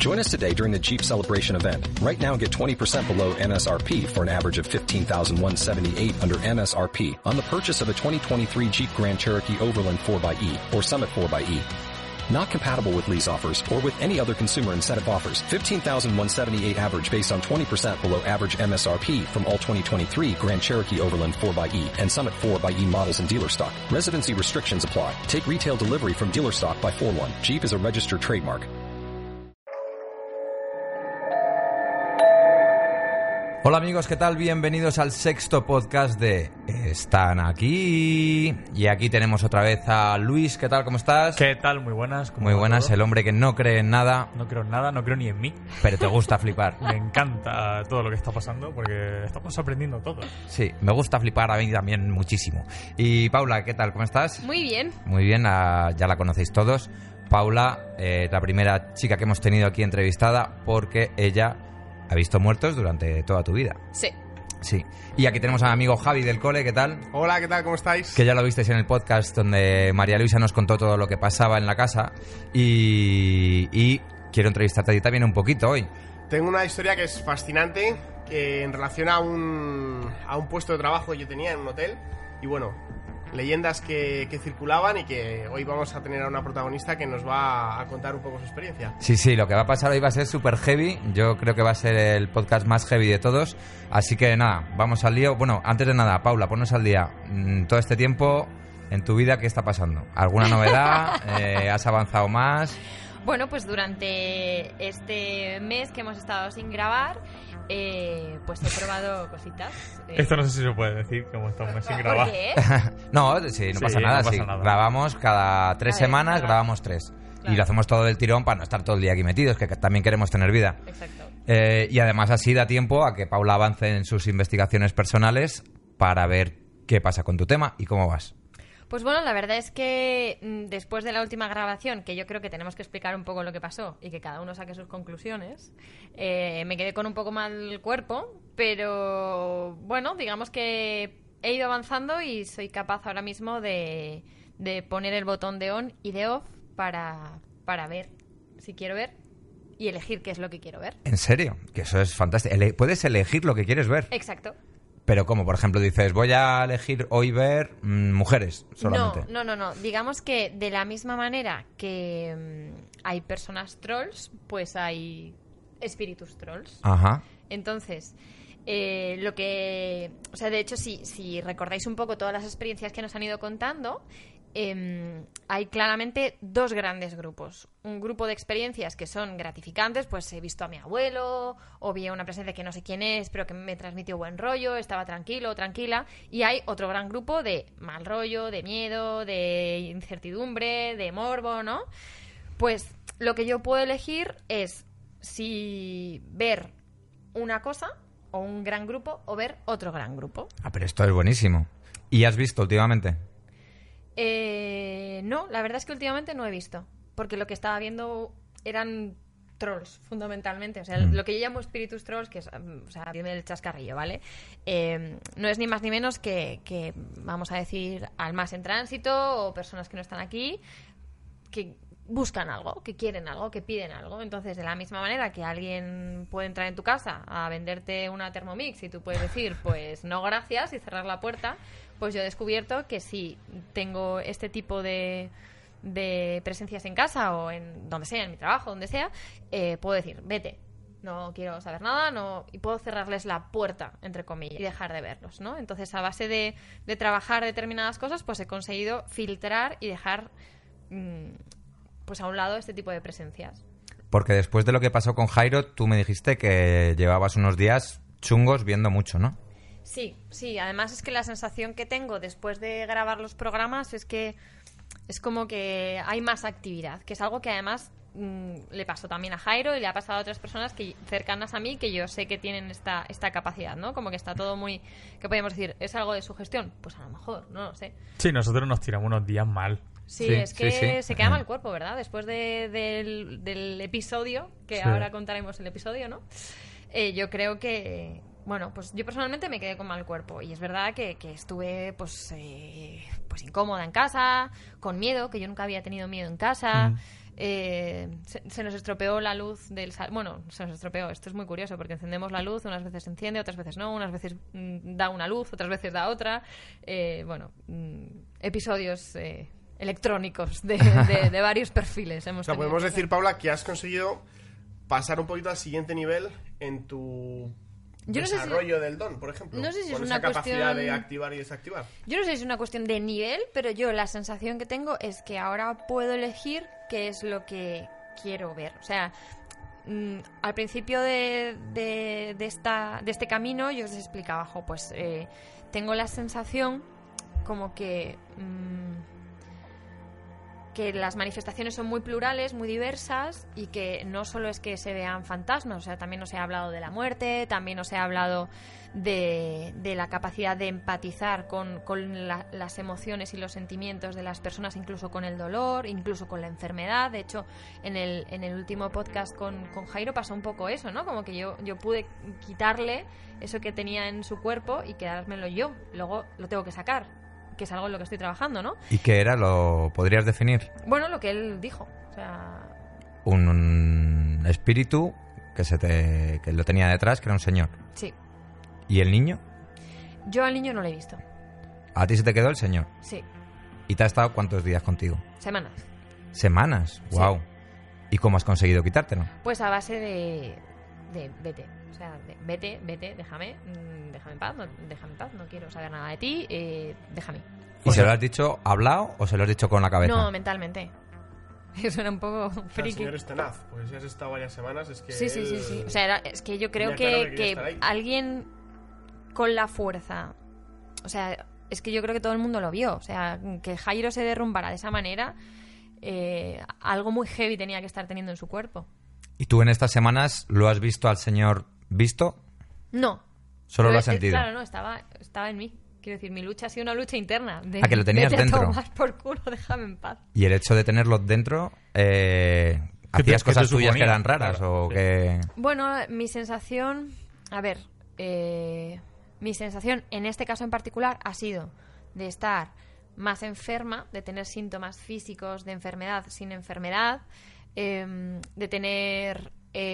Join us today during the Jeep Celebration event. Right now, get 20% below MSRP for an average of $15,178 under MSRP on the purchase of a 2023 Jeep Grand Cherokee Overland 4xE or Summit 4xE. Not compatible with lease offers or with any other consumer incentive offers. $15,178 average based on 20% below average MSRP from all 2023 Grand Cherokee Overland 4xE and Summit 4xE models in dealer stock. Residency restrictions apply. Take retail delivery from dealer stock by 4/1. Jeep is a registered trademark. Hola amigos, ¿qué tal? Bienvenidos al sexto podcast de Están Aquí. Y aquí tenemos otra vez a Luis. ¿Qué tal? ¿Cómo estás? ¿Qué tal? Muy buenas. Muy buenas, el hombre que no cree en nada. No creo en nada, no creo ni en mí. Pero te gusta flipar. Me encanta todo lo que está pasando porque estamos aprendiendo todo. Sí, me gusta flipar a mí también muchísimo. Y Paula, ¿qué tal? ¿Cómo estás? Muy bien. Muy bien, ya la conocéis todos. Paula, la primera chica que hemos tenido aquí entrevistada porque ella ha visto muertos durante toda tu vida. Sí. Sí. Y aquí tenemos a mi amigo Javi del cole, ¿qué tal? Hola, ¿qué tal? ¿Cómo estáis? Que ya lo visteis en el podcast donde María Luisa nos contó todo lo que pasaba en la casa y quiero entrevistarte a ti también un poquito hoy. Tengo una historia que es fascinante que en relación a un puesto de trabajo que yo tenía en un hotel y bueno, leyendas que circulaban y que hoy vamos a tener a una protagonista que nos va a contar un poco su experiencia. Sí, lo que va a pasar hoy va a ser súper heavy. Yo creo que va a ser el podcast más heavy de todos. Así que nada, vamos al lío. Bueno, antes de nada, Paula, ponnos al día. Todo este tiempo en tu vida, ¿qué está pasando? ¿Alguna novedad? ¿Has avanzado más? Bueno, pues durante este mes que hemos estado sin grabar, pues he probado cositas. Esto no sé si se puede decir, como estamos sin grabar. ¿Por qué? No pasa nada. No pasa Sí. nada. Grabamos cada 3 semanas, grabamos 3. Claro. Y lo hacemos todo del tirón para no estar todo el día aquí metidos, que también queremos tener vida. Exacto. Y además así da tiempo a que Paula avance en sus investigaciones personales para ver qué pasa con tu tema y cómo vas. Pues bueno, la verdad es que después de la última grabación, que yo creo que tenemos que explicar un poco lo que pasó y que cada uno saque sus conclusiones, me quedé con un poco mal cuerpo, pero bueno, digamos que he ido avanzando y soy capaz ahora mismo de poner el botón de on y de off para ver si quiero ver y elegir qué es lo que quiero ver. ¿En serio? Que eso es fantástico. Puedes elegir lo que quieres ver. Exacto. Pero como, por ejemplo, dices, voy a elegir hoy ver mujeres solamente. No. Digamos que de la misma manera que hay personas trolls, pues hay espíritus trolls. Ajá. Entonces, de hecho, si recordáis un poco todas las experiencias que nos han ido contando, hay claramente dos grandes grupos. Un grupo de experiencias que son gratificantes, pues he visto a mi abuelo, o vi a una presencia que no sé quién es, pero que me transmitió buen rollo, estaba tranquilo o tranquila. Y hay otro gran grupo de mal rollo, de miedo, de incertidumbre, de morbo, ¿no? Pues lo que yo puedo elegir es si ver una cosa, o un gran grupo, o ver otro gran grupo. Ah, pero esto es buenísimo. ¿Y has visto últimamente? No, la verdad es que últimamente no he visto, porque lo que estaba viendo eran trolls, fundamentalmente. O sea, lo que yo llamo espíritus trolls, que es, o sea, viene el chascarrillo, ¿vale? No es ni más ni menos que, vamos a decir, almas en tránsito o personas que no están aquí, que buscan algo, que quieren algo, que piden algo. Entonces, de la misma manera que alguien puede entrar en tu casa a venderte una Thermomix y tú puedes decir, pues no gracias, y cerrar la puerta, pues yo he descubierto que si tengo este tipo de presencias en casa o en donde sea, en mi trabajo, donde sea, puedo decir, vete, no quiero saber nada, no, y puedo cerrarles la puerta, entre comillas, y dejar de verlos, ¿no? Entonces, a base de trabajar determinadas cosas, pues he conseguido filtrar y dejar pues a un lado este tipo de presencias. Porque después de lo que pasó con Jairo, tú me dijiste que llevabas unos días chungos viendo mucho, ¿no? Sí. Además es que la sensación que tengo después de grabar los programas es que es como que hay más actividad, que es algo que además le pasó también a Jairo y le ha pasado a otras personas que cercanas a mí que yo sé que tienen esta capacidad, ¿no? Como que está todo muy... ¿Qué podemos decir? ¿Es algo de sugestión? Pues a lo mejor, no lo sé. Sí, nosotros nos tiramos unos días mal. Sí, es que se queda mal el cuerpo, ¿verdad? Después del episodio, que ahora contaremos el episodio, ¿no? Yo creo que... Bueno, pues yo personalmente me quedé con mal cuerpo y es verdad que estuve pues incómoda en casa, con miedo, que yo nunca había tenido miedo en casa, se nos estropeó la luz del bueno, se nos estropeó, esto es muy curioso porque encendemos la luz, unas veces se enciende, otras veces no, unas veces da una luz, otras veces da otra, episodios electrónicos de varios perfiles hemos tenido. Podemos decir, Paula, que has conseguido pasar un poquito al siguiente nivel en tu desarrollo del don, por ejemplo. No sé si con es esa una capacidad cuestión de activar y desactivar. Yo no sé si es una cuestión de nivel, pero yo la sensación que tengo es que ahora puedo elegir qué es lo que quiero ver. O sea, al principio de este camino yo os explicaba, pues tengo la sensación como que las manifestaciones son muy plurales, muy diversas y que no solo es que se vean fantasmas, o sea, también os he hablado de la muerte, también os he hablado de la capacidad de empatizar con las emociones y los sentimientos de las personas, incluso con el dolor, incluso con la enfermedad. De hecho, en el último podcast con Jairo pasó un poco eso, ¿no? Como que yo pude quitarle eso que tenía en su cuerpo y quedármelo yo. Luego lo tengo que sacar, que es algo en lo que estoy trabajando, ¿no? ¿Y qué era? ¿Lo podrías definir? Bueno, lo que él dijo. O sea... Un espíritu que lo tenía detrás, que era un señor. Sí. ¿Y el niño? Yo al niño no lo he visto. ¿A ti se te quedó el señor? Sí. ¿Y te ha estado cuántos días contigo? Semanas. ¿Semanas? Sí. Wow. ¿Y cómo has conseguido quitártelo? Pues a base de vete. O sea, vete, déjame en paz, no quiero saber nada de ti, déjame. ¿Y se lo has dicho hablado o se lo has dicho con la cabeza? No, mentalmente. Eso era un poco friki. El señor es tenaz, porque si has estado varias semanas es que... Sí. O sea, es que yo creo que alguien con la fuerza... O sea, es que yo creo que todo el mundo lo vio. O sea, que Jairo se derrumbara de esa manera, algo muy heavy tenía que estar teniendo en su cuerpo. ¿Y tú en estas semanas lo has visto al señor visto? No. ¿Solo lo has sentido? Claro, no, estaba en mí. Quiero decir, mi lucha ha sido una lucha interna. Que lo tenías dentro. A tomar por culo, déjame en paz. ¿Y el hecho de tenerlo dentro, hacías cosas tuyas que eran raras? Claro, o sí. Que... Bueno, mi sensación... A ver, mi sensación en este caso en particular ha sido de estar más enferma, de tener síntomas físicos de enfermedad sin enfermedad, de tener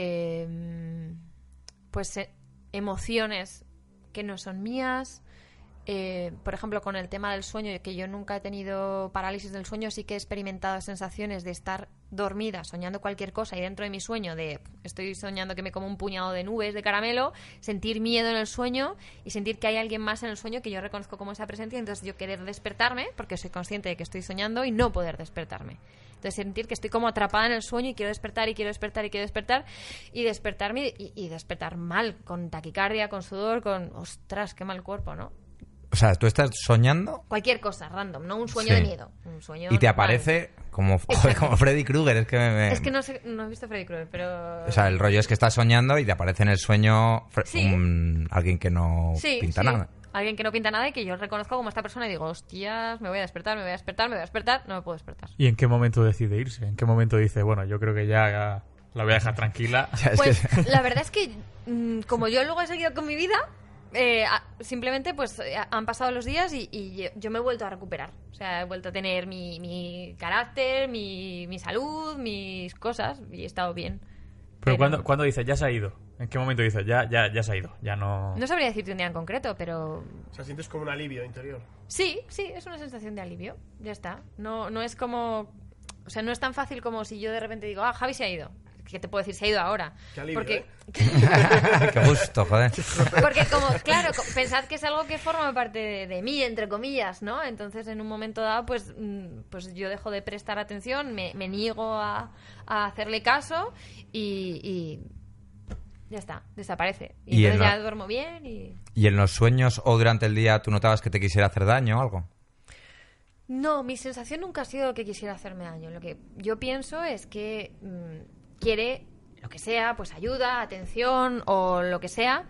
emociones que no son mías. Por ejemplo, con el tema del sueño, que yo nunca he tenido parálisis del sueño, sí que he experimentado sensaciones de estar dormida, soñando cualquier cosa, y dentro de mi sueño estoy soñando que me como un puñado de nubes de caramelo, sentir miedo en el sueño y sentir que hay alguien más en el sueño que yo reconozco como esa presencia, entonces yo querer despertarme porque soy consciente de que estoy soñando y no poder despertarme. Entonces sentir que estoy como atrapada en el sueño y quiero despertar y despertarme y despertar mal, con taquicardia, con sudor, con... ¡Ostras, qué mal cuerpo!, ¿no? O sea, tú estás soñando... Cualquier cosa, random, no un sueño de miedo. Un sueño y te normal. Aparece como Freddy Krueger. Es que Es que no he visto Freddy Krueger, pero... O sea, el rollo es que estás soñando y te aparece en el sueño alguien que no pinta nada. Alguien que no pinta nada y que yo reconozco como esta persona y digo, hostias, me voy a despertar, no me puedo despertar. ¿Y en qué momento decide irse? ¿En qué momento dice, bueno, yo creo que ya la voy a dejar tranquila? Pues la verdad es que como yo luego he seguido con mi vida... simplemente pues han pasado los días y yo me he vuelto a recuperar. O sea, he vuelto a tener mi carácter, mi salud, mis cosas y he estado bien. Pero ¿cuándo dices ya se ha ido? ¿En qué momento dices ya se ha ido? Ya no... No sabría decirte un día en concreto, pero... O sea, sientes como un alivio interior. Sí, es una sensación de alivio. Ya está. No es como... O sea, no es tan fácil como si yo de repente digo, Javi se ha ido. ¿Qué te puedo decir? Se ha ido ahora. Qué alivio, porque... Qué gusto, joder. Porque como, claro, pensad que es algo que forma parte de mí, entre comillas, ¿no? Entonces, en un momento dado, pues yo dejo de prestar atención, me niego a hacerle caso y ya está, desaparece. Y entonces ya duermo bien y... ¿Y en los sueños o durante el día tú notabas que te quisiera hacer daño o algo? No, mi sensación nunca ha sido que quisiera hacerme daño. Lo que yo pienso es que... quiere lo que sea, pues ayuda, atención o lo que sea,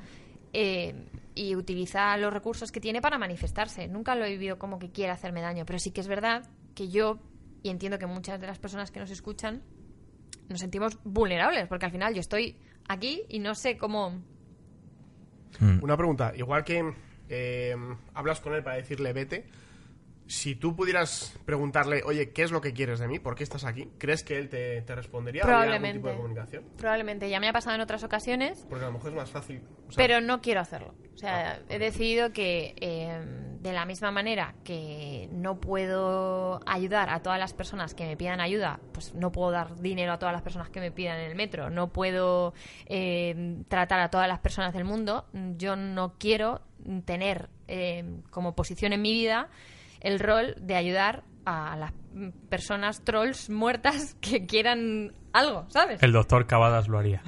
y utiliza los recursos que tiene para manifestarse. Nunca lo he vivido como que quiera hacerme daño, pero sí que es verdad que yo, y entiendo que muchas de las personas que nos escuchan, nos sentimos vulnerables, porque al final yo estoy aquí y no sé cómo... Una pregunta, igual que hablas con él para decirle vete, Si tú pudieras preguntarle, oye, ¿qué es lo que quieres de mí? ¿Por qué estás aquí? ¿Crees que él te respondería? ¿Habría algún tipo de comunicación? Probablemente. Ya me ha pasado en otras ocasiones. Porque a lo mejor es más fácil. O sea, pero no quiero hacerlo. O sea, he decidido que de la misma manera que no puedo ayudar a todas las personas que me pidan ayuda, pues no puedo dar dinero a todas las personas que me pidan en el metro, no puedo tratar a todas las personas del mundo. Yo no quiero tener como posición en mi vida el rol de ayudar a las personas trolls muertas que quieran algo, ¿sabes? El doctor Cavadas lo haría.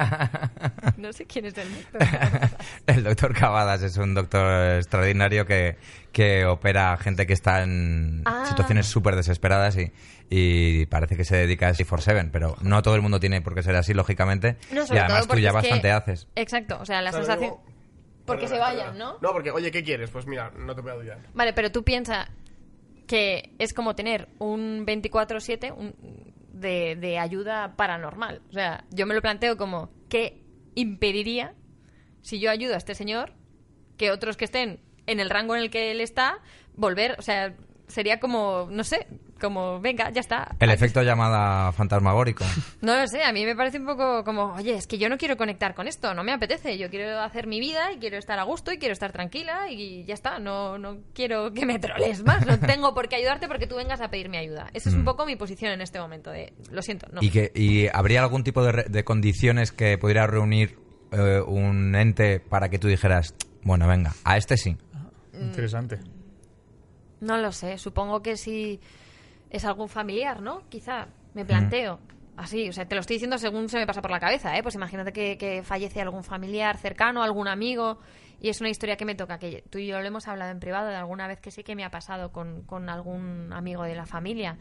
No sé quién es el doctor Cavadas. El doctor Cavadas es un doctor extraordinario que opera a gente que está en situaciones súper desesperadas y parece que se dedica a 24/7, pero no todo el mundo tiene por qué ser así, lógicamente. No, y además tú ya bastante haces. Exacto, o sea, la sensación... Porque se vayan, ¿no? No, porque, oye, ¿qué quieres? Pues mira, no te puedo ayudar. Vale, pero tú piensas que es como tener un 24/7 de ayuda paranormal. O sea, yo me lo planteo como, ¿qué impediría, si yo ayudo a este señor, que otros que estén en el rango en el que él está, volver? O sea, sería como, no sé, como, venga, ya está. El efecto llamada fantasmagórico. No lo sé, a mí me parece un poco como, oye, es que yo no quiero conectar con esto, no me apetece, yo quiero hacer mi vida y quiero estar a gusto y quiero estar tranquila y ya está, no quiero que me troles más, no tengo por qué ayudarte porque tú vengas a pedirme ayuda. Esa es un poco mi posición en este momento, de, lo siento, no. ¿Y habría algún tipo de condiciones que pudiera reunir un ente para que tú dijeras, bueno, venga, a este sí? Interesante. No lo sé, supongo que si es algún familiar, ¿no? Quizá, me planteo. Así, o sea, te lo estoy diciendo según se me pasa por la cabeza, ¿eh? Pues imagínate que fallece algún familiar cercano, algún amigo, y es una historia que me toca, que tú y yo lo hemos hablado en privado de alguna vez que sí que me ha pasado con algún amigo de la familia.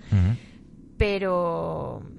Pero...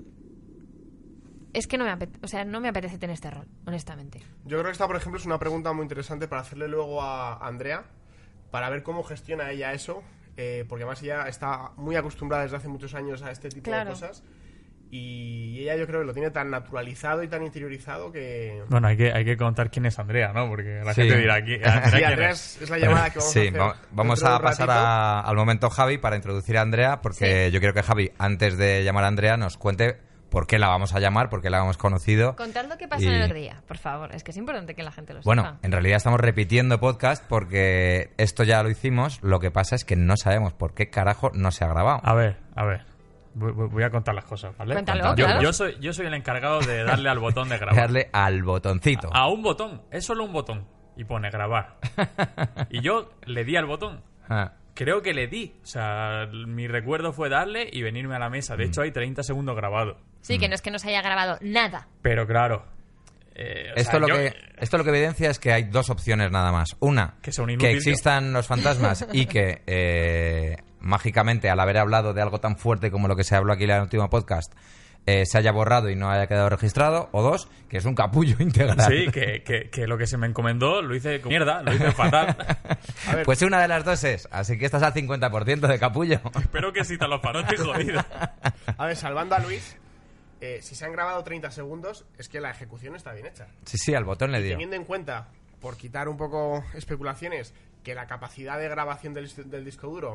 es que no me apetece tener este rol, honestamente. Yo creo que esta, por ejemplo, es una pregunta muy interesante para hacerle luego a Andrea, para ver cómo gestiona ella eso, porque además ella está muy acostumbrada desde hace muchos años a este tipo de cosas, y ella yo creo que lo tiene tan naturalizado y tan interiorizado que... Bueno, hay que contar quién es Andrea, ¿no? Porque la gente dirá aquí... Andrea es la llamada que vamos a hacer. Vamos a pasar al momento Javi para introducir a Andrea, porque yo quiero que Javi, antes de llamar a Andrea, nos cuente por qué la vamos a llamar, por qué la hemos conocido. Contad lo que pasó en el día, por favor. Es que es importante que la gente lo sepa. Bueno, en realidad estamos repitiendo podcast porque esto ya lo hicimos. Lo que pasa es que no sabemos por qué carajo no se ha grabado. A ver. Voy a contar las cosas, ¿vale? Cuéntalo, claro. Yo soy el encargado de darle al botón de grabar. Darle al botoncito. A un botón. Es solo un botón. Y pone grabar. Y yo le di al botón. Creo que le di. O sea, mi recuerdo fue darle y venirme a la mesa. De hecho, hay 30 segundos grabados. Sí, que no es que no se haya grabado nada. Pero claro... esto lo que evidencia es que hay dos opciones nada más. Una, que existan los fantasmas y que mágicamente, al haber hablado de algo tan fuerte como lo que se habló aquí en el último podcast, se haya borrado y no haya quedado registrado. O dos, que es un capullo integral. Sí, que lo que se me encomendó lo hice con mierda, lo hice fatal. A ver, pues una de las dos es, así que estás al 50% de capullo. Espero que si te lo paro, estoy jodido. A ver, salvando a Luis, si se han grabado 30 segundos, es que la ejecución está bien hecha. Sí, al botón le dio. Teniendo en cuenta, por quitar un poco especulaciones, que la capacidad de grabación del disco duro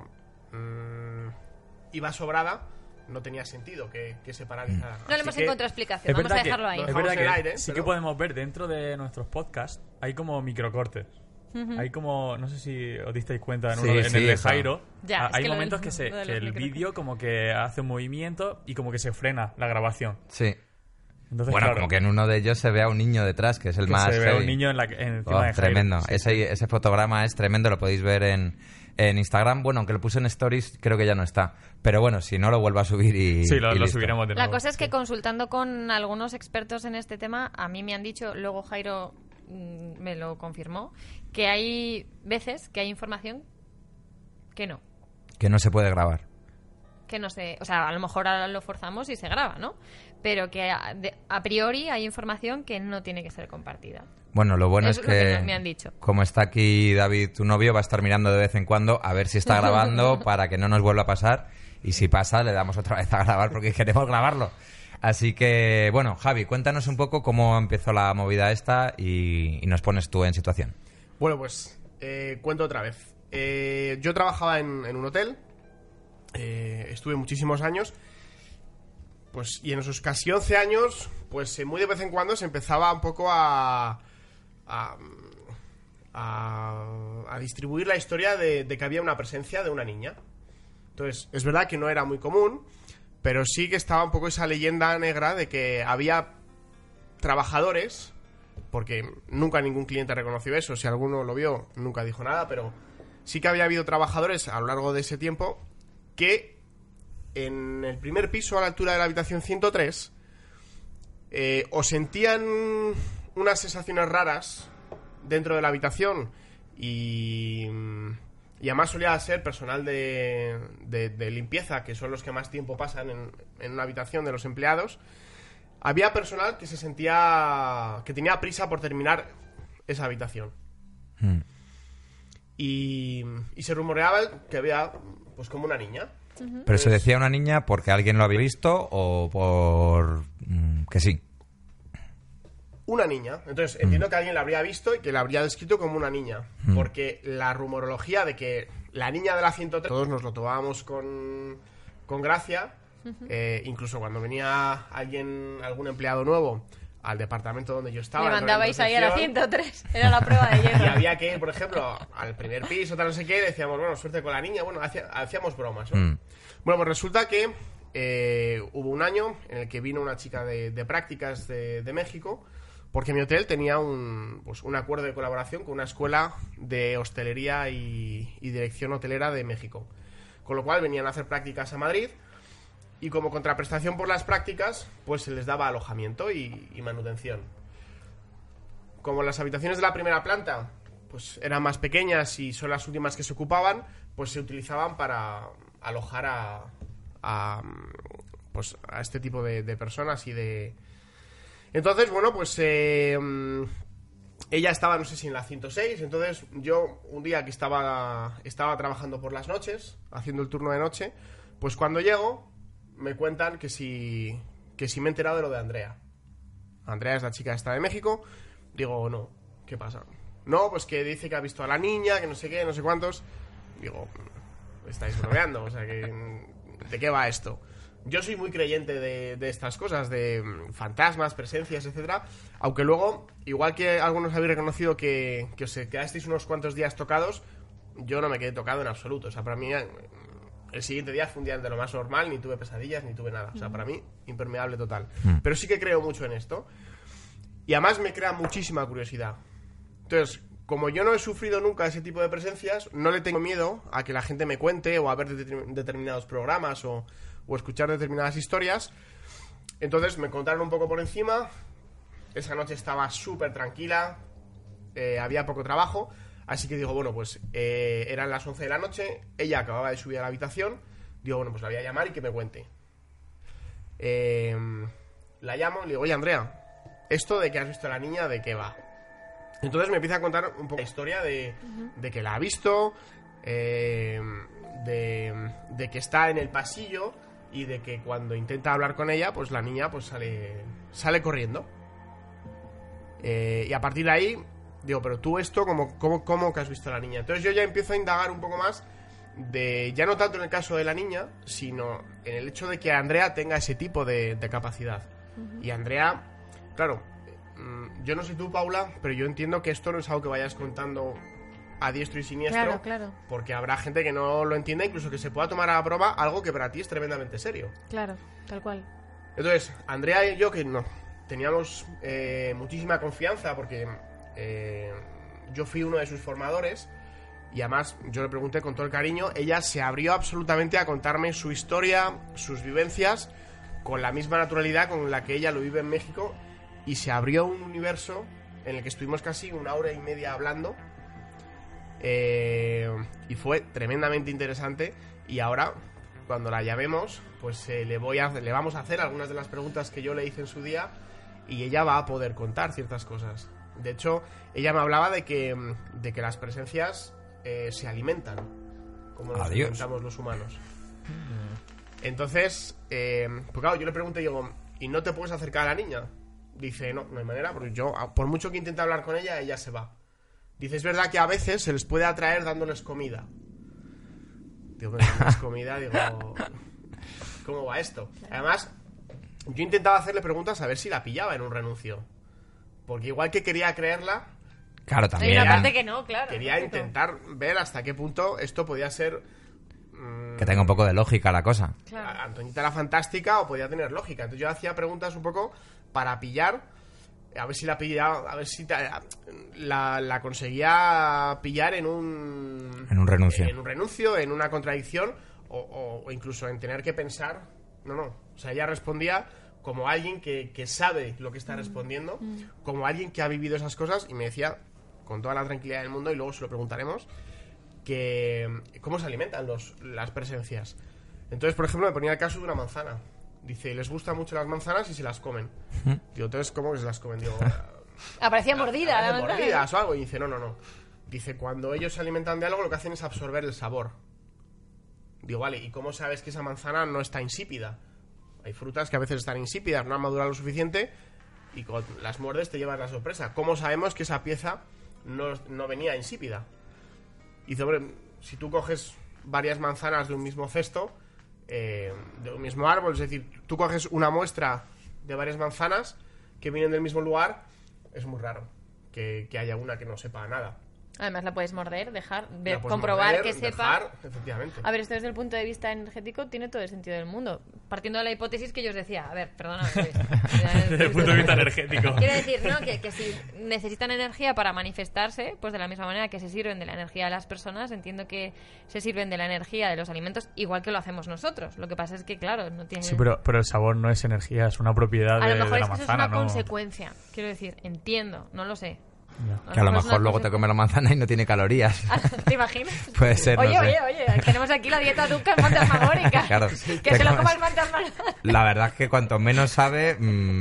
iba sobrada, no tenía sentido que se paralizara. No le hemos encontrado explicación, vamos a dejarlo ahí. Es verdad que sí que podemos ver dentro de nuestros podcasts, hay como microcortes. Hay como, no sé si os disteis cuenta en el de Jairo, hay momentos que el vídeo como que hace un movimiento y como que se frena la grabación. Sí. Entonces, bueno, como que en uno de ellos se ve a un niño detrás, que es el más se ve a un niño encima de tremendo. Jairo. Ese fotograma es tremendo, lo podéis ver en Instagram. Bueno, aunque lo puse en Stories, creo que ya no está. Pero bueno, si no, lo vuelvo a subir y sí, lo subiremos de nuevo. La cosa es que consultando con algunos expertos en este tema, a mí me han dicho, luego Jairo me lo confirmó, que hay veces que hay información que no. Que no se puede grabar. Que no sé, o sea, a lo mejor ahora lo forzamos y se graba, ¿no? Pero que a priori hay información que no tiene que ser compartida. Bueno, lo bueno es lo que me han dicho. Como está aquí David, tu novio, va a estar mirando de vez en cuando a ver si está grabando para que no nos vuelva a pasar. Y si pasa, le damos otra vez a grabar porque queremos grabarlo. Así que, bueno, Javi, cuéntanos un poco cómo empezó la movida esta y nos pones tú en situación. Bueno, pues cuento otra vez. Yo trabajaba en un hotel estuve muchísimos años. Pues, y en esos casi 11 años, pues muy de vez en cuando se empezaba un poco a distribuir la historia de que había una presencia de una niña. Entonces, es verdad que no era muy común, pero sí que estaba un poco esa leyenda negra de que había trabajadores, porque nunca ningún cliente reconoció eso, si alguno lo vio, nunca dijo nada, pero sí que había habido trabajadores a lo largo de ese tiempo que en el primer piso, a la altura de la habitación 103, o sentían unas sensaciones raras dentro de la habitación y además solía ser personal de limpieza, que son los que más tiempo pasan en una habitación de los empleados. Había personal que se sentía que tenía prisa por terminar esa habitación. Y se rumoreaba que había pues como una niña. ¿Pero se decía una niña porque alguien lo había visto o por que sí? Una niña. Entonces entiendo que alguien la habría visto y que la habría descrito como una niña. Porque la rumorología de que la niña de la 103, todos nos lo tomábamos con gracia. Incluso cuando venía algún empleado nuevo al departamento donde yo estaba, le mandabais ahí a la 103, era la prueba de hierro. Y había que ir, por ejemplo, al primer piso, tal no sé qué, decíamos, bueno, suerte con la niña. Bueno, hacíamos bromas, ¿no? Bueno, pues resulta que hubo un año en el que vino una chica de prácticas de México, porque mi hotel tenía un acuerdo de colaboración con una escuela de hostelería y dirección hotelera de México, con lo cual venían a hacer prácticas a Madrid. Y como contraprestación por las prácticas, pues se les daba alojamiento y manutención. Como las habitaciones de la primera planta pues eran más pequeñas y son las últimas que se ocupaban, pues se utilizaban para alojar a este tipo de personas y de... Entonces, bueno, pues ella estaba, no sé si en la 106, entonces yo un día que estaba trabajando por las noches, haciendo el turno de noche, pues cuando llego me cuentan que si me he enterado de lo de Andrea. Andrea es la chica esta de México. Digo, no, ¿qué pasa? No, pues que dice que ha visto a la niña, que no sé qué, no sé cuántos. Digo, estáis bromeando, o sea, ¿de qué va esto? Yo soy muy creyente de estas cosas, de fantasmas, presencias, etcétera. Aunque luego, igual que algunos habéis reconocido que os quedasteis unos cuantos días tocados, yo no me quedé tocado en absoluto. O sea, para mí... El siguiente día fue un día de lo más normal, ni tuve pesadillas, ni tuve nada. O sea, para mí, impermeable total. Pero sí que creo mucho en esto. Y además me crea muchísima curiosidad. Entonces, como yo no he sufrido nunca ese tipo de presencias, no le tengo miedo a que la gente me cuente o a ver determinados programas o escuchar determinadas historias. Entonces me contaron un poco por encima. Esa noche estaba súper tranquila. Había poco trabajo. Así que digo, bueno, pues eran las 11 de la noche, ella acababa de subir a la habitación, digo, bueno, pues la voy a llamar y que me cuente. La llamo y le digo, oye, Andrea, esto de que has visto a la niña, ¿de qué va? Entonces me empieza a contar un poco la historia de que la ha visto, de que está en el pasillo y de que cuando intenta hablar con ella, pues la niña pues sale corriendo. Y a partir de ahí... Digo, pero tú esto, ¿cómo que has visto a la niña? Entonces yo ya empiezo a indagar un poco más ya no tanto en el caso de la niña, sino en el hecho de que Andrea tenga ese tipo de capacidad. Y Andrea, claro, yo no sé tú, Paula, pero yo entiendo que esto no es algo que vayas contando a diestro y siniestro. Claro. Porque habrá gente que no lo entienda, incluso que se pueda tomar a prueba algo que para ti es tremendamente serio. Claro, tal cual. Entonces, Andrea y yo, que no teníamos muchísima confianza porque... yo fui uno de sus formadores y además yo le pregunté con todo el cariño. Ella se abrió absolutamente a contarme su historia, sus vivencias, con la misma naturalidad con la que ella lo vive en México, y se abrió un universo en el que estuvimos casi 1 hora y media hablando, y fue tremendamente interesante. Y ahora, cuando la llamemos, pues le vamos a hacer algunas de las preguntas que yo le hice en su día, y ella va a poder contar ciertas cosas. De hecho, ella me hablaba de que las presencias se alimentan, como nos alimentamos los humanos. Entonces, pues claro, yo le pregunté, digo, ¿y no te puedes acercar a la niña? Dice, no hay manera, porque yo, por mucho que intente hablar con ella, ella se va. Dice, es verdad que a veces se les puede atraer dándoles comida. Digo, no es comida, digo, ¿cómo va esto? Además, yo intentaba hacerle preguntas a ver si la pillaba en un renuncio. Porque igual que quería creerla... Claro, también. Hay una parte que no, claro. Quería intentar ver hasta qué punto esto podía ser... que tenga un poco de lógica la cosa. Claro. Antoñita era fantástica o podía tener lógica. Entonces yo hacía preguntas un poco para pillar, a ver si la pillaba, a ver si la conseguía pillar en un renuncio. En un renuncio, en una contradicción o incluso en tener que pensar. No. O sea, ella respondía como alguien que sabe lo que está respondiendo, como alguien que ha vivido esas cosas, y me decía con toda la tranquilidad del mundo, y luego se lo preguntaremos, que cómo se alimentan las presencias. Entonces, por ejemplo, me ponía el caso de una manzana. Dice, les gustan mucho las manzanas y se las comen. Digo, entonces, ¿cómo que se las comen? Digo, aparecía mordida la manzana. Mordidas o algo. Y dice, no. Dice, cuando ellos se alimentan de algo, lo que hacen es absorber el sabor. Digo, vale, ¿y cómo sabes que esa manzana no está insípida? Hay frutas que a veces están insípidas, no han madurado lo suficiente, y con las muerdes te llevas la sorpresa. ¿Cómo sabemos que esa pieza no venía insípida? Y dice, hombre, si tú coges varias manzanas de un mismo cesto, de un mismo árbol, es decir, tú coges una muestra de varias manzanas que vienen del mismo lugar, es muy raro que haya una que no sepa nada. Además la puedes morder, comprobar que sepa. Efectivamente. A ver, esto desde el punto de vista energético tiene todo el sentido del mundo. Partiendo de la hipótesis que yo os decía, a ver, perdóname. Desde el punto de vista energético. Quiero decir, ¿no? Que si necesitan energía para manifestarse, pues de la misma manera que se sirven de la energía de las personas, entiendo que se sirven de la energía de los alimentos igual que lo hacemos nosotros. Lo que pasa es que, claro, no tiene... Sí, pero el sabor no es energía, es una propiedad de la manzana. A lo mejor es una consecuencia. Quiero decir, entiendo, no lo sé. No. Que a lo mejor luego te come la manzana y no tiene calorías. ¿Te imaginas? Puede ser, oye, no sé. Oye, tenemos aquí la dieta Duca en fantasmagórica. Claro. Que se lo coma el fantasmagórica. La verdad es que cuanto menos sabe,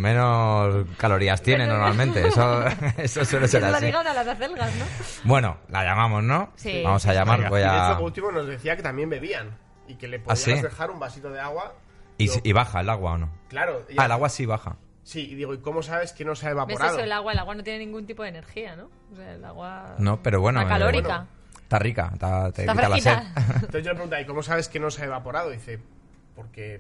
menos calorías tiene normalmente. Eso suele ser así. La ligan a las acelgas, ¿no? Bueno, la llamamos, ¿no? Sí. Vamos a llamar, voy Y de a... hecho, por último, nos decía que también bebían y que le podíamos dejar un vasito de agua. ¿Y baja el agua o no? Claro. El agua sí baja. Sí, y digo, ¿y cómo sabes que no se ha evaporado? ¿Ves eso? El agua no tiene ningún tipo de energía, ¿no? O sea, el agua... No, pero bueno... Está calórica. Está rica, te está quita la sed. Entonces yo le pregunté, ¿y cómo sabes que no se ha evaporado? Dice, porque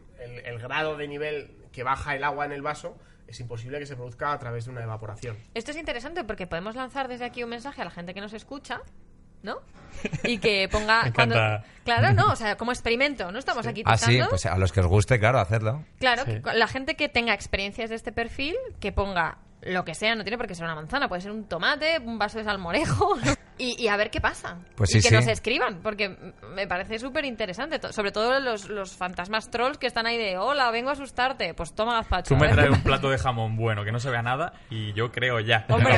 el grado de nivel que baja el agua en el vaso es imposible que se produzca a través de una evaporación. Esto es interesante porque podemos lanzar desde aquí un mensaje a la gente que nos escucha, ¿no? Y que ponga... Claro, no, o sea, como experimento, no estamos aquí tocando. Sí, pues a los que os guste, claro, hacerlo. Claro, sí. La gente que tenga experiencias de este perfil, que ponga lo que sea, no tiene por qué ser una manzana, puede ser un tomate, un vaso de salmorejo, y a ver qué pasa. Pues y que nos escriban, porque me parece súper interesante, sobre todo los fantasmas trolls que están ahí de, hola, vengo a asustarte, pues toma gazpacho. Tú me traes un plato de jamón bueno, que no se vea nada, y yo creo ya. Hombre,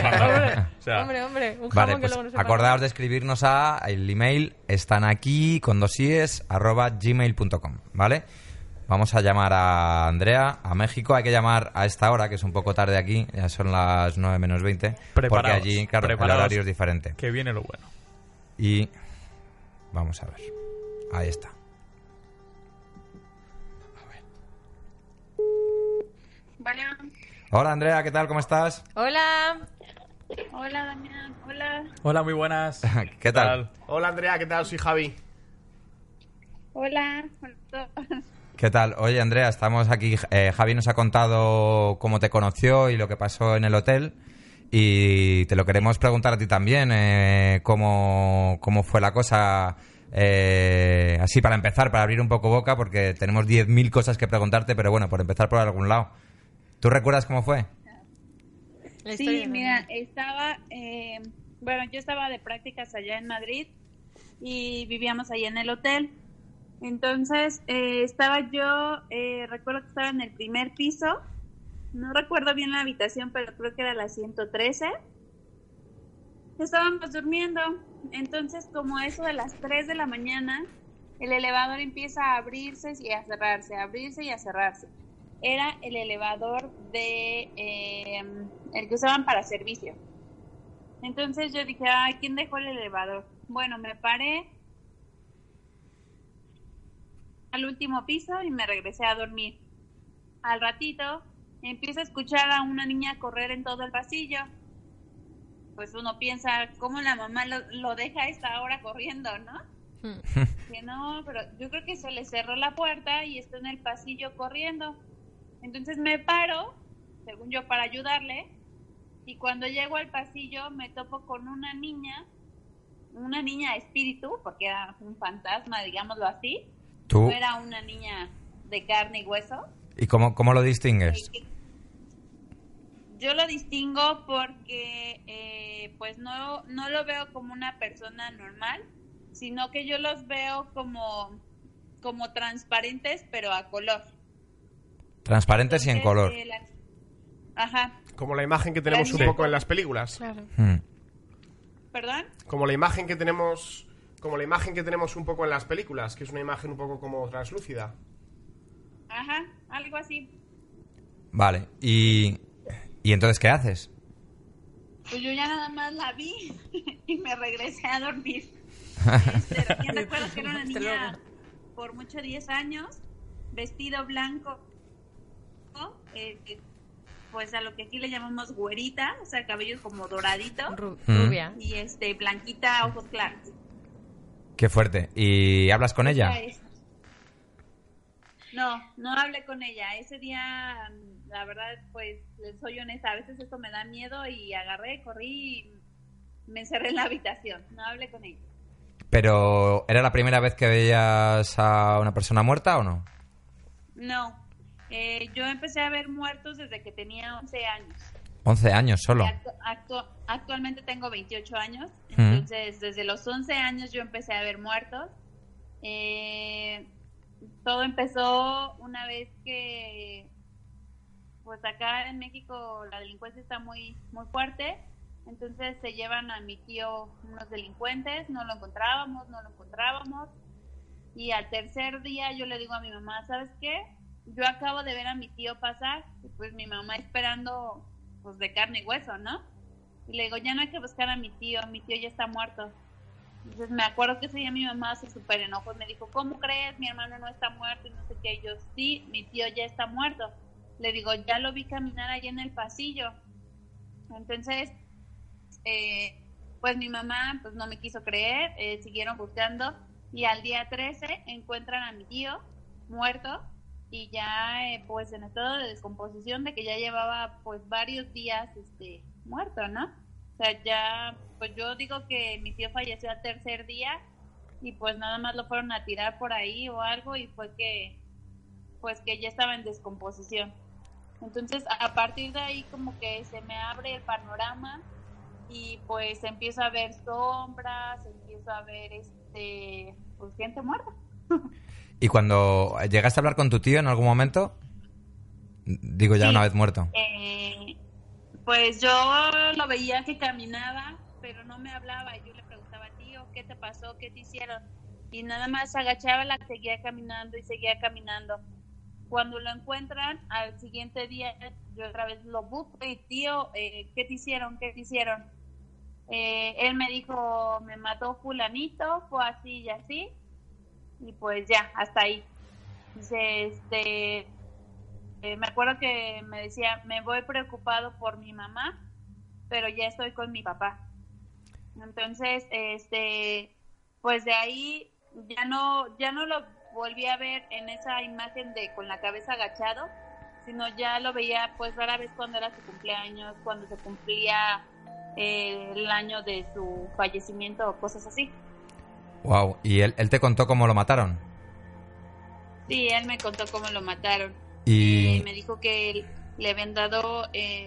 o sea, hombre, un jamón vale, que pues luego no se acordaos de escribirnos el email, están aquí con 2 i's, @gmail.com, ¿vale? Vamos a llamar a Andrea, a México. Hay que llamar a esta hora, que es un poco tarde aquí. Ya son las 9 menos 20. Porque allí, claro, el horario es diferente. Que viene lo bueno. Y vamos a ver. Ahí está. Vale. Hola, Andrea, ¿qué tal? ¿Cómo estás? Hola. Hola, Damián. Hola. Hola, muy buenas. ¿Qué tal? Hola, Andrea, ¿qué tal? Soy Javi. Hola. Hola a todos. ¿Qué tal? Oye, Andrea, estamos aquí. Javi nos ha contado cómo te conoció y lo que pasó en el hotel. Y te lo queremos preguntar a ti también. ¿Cómo fue la cosa? Así, para empezar, para abrir un poco boca, porque tenemos 10.000 cosas que preguntarte, pero bueno, por empezar por algún lado. ¿Tú recuerdas cómo fue? Sí, mira, yo estaba de prácticas allá en Madrid y vivíamos ahí en el hotel. Entonces, estaba yo, recuerdo que estaba en el primer piso, no recuerdo bien la habitación, pero creo que era la 113. Estábamos durmiendo, entonces como eso de las 3 de la mañana, el elevador empieza a abrirse y a cerrarse, a abrirse y a cerrarse. Era el elevador el que usaban para servicio. Entonces yo dije, ¿quién dejó el elevador? Bueno, me paré al último piso y me regresé a dormir. Al ratito empiezo a escuchar a una niña correr en todo el pasillo. Pues uno piensa, ¿cómo la mamá lo deja a esta hora corriendo, no? Que no, pero yo creo que se le cerró la puerta y está en el pasillo corriendo. Entonces me paro, según yo, para ayudarle, y cuando llego al pasillo me topo con una niña espíritu, porque era un fantasma, digámoslo así. ¿Tú? No era una niña de carne y hueso. ¿Y cómo lo distingues? Yo lo distingo porque pues no lo veo como una persona normal, sino que yo los veo como transparentes, pero a color. Transparentes. Entonces, y en color. Ajá. Como la imagen que tenemos un poco en las películas. Claro. ¿Perdón? Como la imagen que tenemos un poco en las películas, que es una imagen un poco como translúcida. Ajá, algo así. Vale, ¿y entonces qué haces? Pues yo ya nada más la vi y me regresé a dormir. Yo recuerdo que era una niña por mucho 10 años, vestido blanco, pues a lo que aquí le llamamos güerita, o sea, cabello como doradito, rubia, y blanquita, ojos claros. Qué fuerte. ¿Y hablas con ella? No hablé con ella. Ese día, la verdad, pues, les soy honesta, a veces esto me da miedo y corrí y me encerré en la habitación. No hablé con ella. ¿Pero era la primera vez que veías a una persona muerta o no? No. Yo empecé a ver muertos desde que tenía 11 años. 11 años solo. Actualmente tengo 28 años. Entonces, desde los 11 años yo empecé a ver muertos. Todo empezó una vez que, pues acá en México la delincuencia está muy, muy fuerte. Entonces se llevan a mi tío unos delincuentes, no lo encontrábamos. Y al tercer día yo le digo a mi mamá, ¿sabes qué? Yo acabo de ver a mi tío pasar, y pues mi mamá esperando, pues de carne y hueso, ¿no? Y le digo, ya no hay que buscar a mi tío ya está muerto. Entonces me acuerdo que ese día mi mamá se súper enojó, me dijo, ¿cómo crees? Mi hermano no está muerto y no sé qué. Y yo, sí, mi tío ya está muerto. Le digo, ya lo vi caminar ahí en el pasillo. Entonces, pues mi mamá pues no me quiso creer, siguieron buscando y al día 13 encuentran a mi tío muerto y ya pues en estado de descomposición, de que ya llevaba pues varios días muerto, ¿no? O sea, ya, pues yo digo que mi tío falleció al tercer día y pues nada más lo fueron a tirar por ahí o algo y fue que ya estaba en descomposición. Entonces, a partir de ahí como que se me abre el panorama y pues empiezo a ver sombras, empiezo a ver pues gente muerta. ¿Y cuando llegaste a hablar con tu tío en algún momento? Digo, ya sí, una vez muerto. Pues yo lo veía que caminaba, pero no me hablaba. Y yo le preguntaba, tío, ¿qué te pasó? ¿Qué te hicieron? Y nada más se agachaba, seguía caminando y seguía caminando. Cuando lo encuentran, al siguiente día, yo otra vez lo busco y, tío, ¿qué te hicieron? ¿Qué te hicieron? Él me dijo, me mató fulanito, fue así y así. Y pues ya, hasta ahí. Dice, me acuerdo que me decía, me voy preocupado por mi mamá, pero ya estoy con mi papá. Entonces, pues de ahí ya no lo volví a ver en esa imagen de con la cabeza agachado, sino ya lo veía pues rara vez cuando era su cumpleaños, cuando se cumplía el año de su fallecimiento o cosas así. Wow, ¿y él te contó cómo lo mataron? Sí, él me contó cómo lo mataron. Y me dijo que le habían dado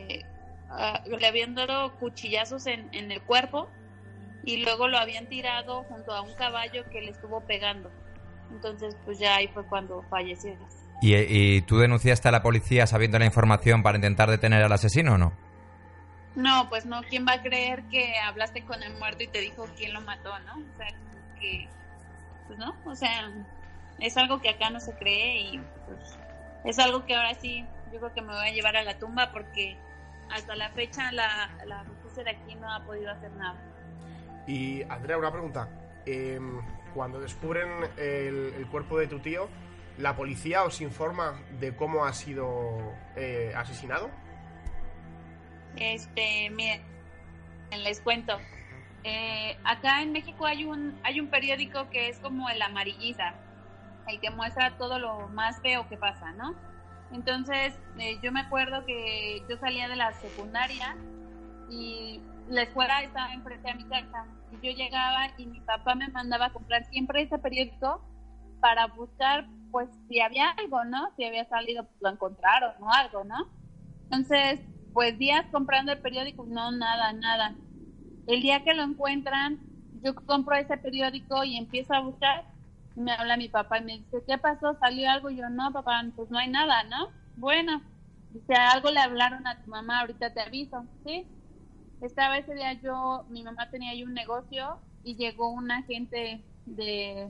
cuchillazos en el cuerpo y luego lo habían tirado junto a un caballo que le estuvo pegando. Entonces, pues ya ahí fue cuando falleció. ¿Y tú denunciaste a la policía sabiendo la información para intentar detener al asesino o no? No, pues no. ¿Quién va a creer que hablaste con el muerto y te dijo quién lo mató, no? O sea, que... Pues no, o sea, es algo que acá no se cree y pues es algo que ahora sí yo creo que me voy a llevar a la tumba porque hasta la fecha la justicia de aquí no ha podido hacer nada. Y Andrea, una pregunta. Cuando descubren el cuerpo de tu tío, ¿la policía os informa de cómo ha sido asesinado? Miren, les cuento. acá en México hay un periódico que es como el Amarillista, el que muestra todo lo más feo que pasa, ¿no? Entonces, yo me acuerdo que yo salía de la secundaria y la escuela estaba enfrente a mi casa. Y yo llegaba y mi papá me mandaba a comprar siempre ese periódico para buscar, pues, si había algo, ¿no? Si había salido, pues lo encontraron o algo, ¿no? Entonces, pues, días comprando el periódico, no, nada. El día que lo encuentran, yo compro ese periódico y empiezo a buscar. Me habla mi papá y me dice, ¿qué pasó? ¿Salió algo? Y yo, no, papá, pues no hay nada, ¿no? Bueno, dice, algo le hablaron a tu mamá, ahorita te aviso, ¿sí? Estaba ese día mi mamá tenía ahí un negocio y llegó un agente de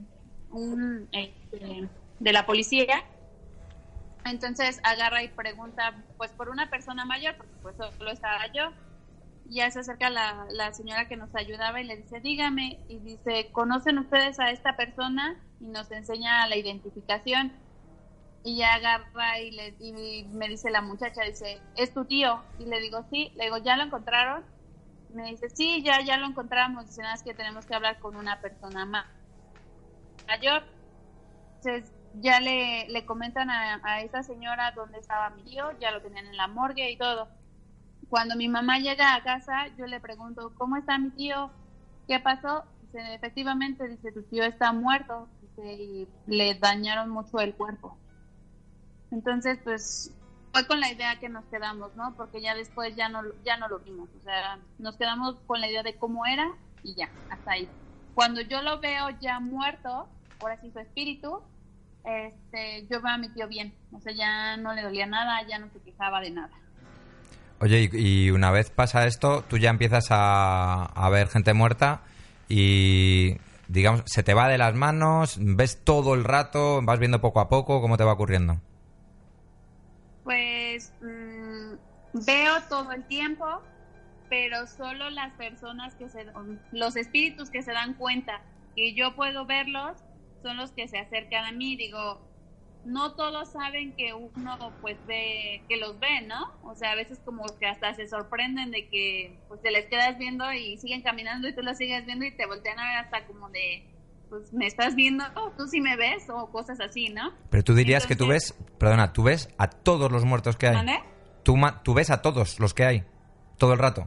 la policía. Entonces agarra y pregunta, pues por una persona mayor, porque pues solo estaba yo. Ya se acerca la señora que nos ayudaba y le dice, dígame, y dice, ¿conocen ustedes a esta persona? Y nos enseña la identificación. Y ya agarra y me dice la muchacha, dice, ¿es tu tío? Y le digo, sí. Le digo, ¿ya lo encontraron? Me dice, sí, ya lo encontramos. Dice, nada, es que tenemos que hablar con una persona mayor. Entonces ya le comentan a esa señora dónde estaba mi tío, ya lo tenían en la morgue y todo. Cuando mi mamá llega a casa, yo le pregunto, ¿cómo está mi tío? ¿Qué pasó? Dice, efectivamente, dice, tu tío está muerto, dice, y le dañaron mucho el cuerpo. Entonces, pues, fue con la idea que nos quedamos, ¿no? Porque ya después ya no lo vimos, o sea, nos quedamos con la idea de cómo era y ya, hasta ahí. Cuando yo lo veo ya muerto, ahora sí su espíritu, yo veo a mi tío bien, o sea, ya no le dolía nada, ya no se quejaba de nada. Oye, y una vez pasa esto, tú ya empiezas a ver gente muerta y, digamos, se te va de las manos, ves todo el rato, vas viendo poco a poco, ¿cómo te va ocurriendo? Pues veo todo el tiempo, pero solo las personas los espíritus que se dan cuenta que yo puedo verlos son los que se acercan a mí. Digo, no todos saben que uno pues ve, que los ve, ¿no? O sea, a veces como que hasta se sorprenden de que pues te les quedas viendo y siguen caminando y tú los sigues viendo y te voltean a ver hasta como de, pues me estás viendo, tú sí me ves o cosas así, ¿no? Pero tú dirías que tú ves a todos los muertos que hay. ¿Vale? Tú ves a todos los que hay, todo el rato.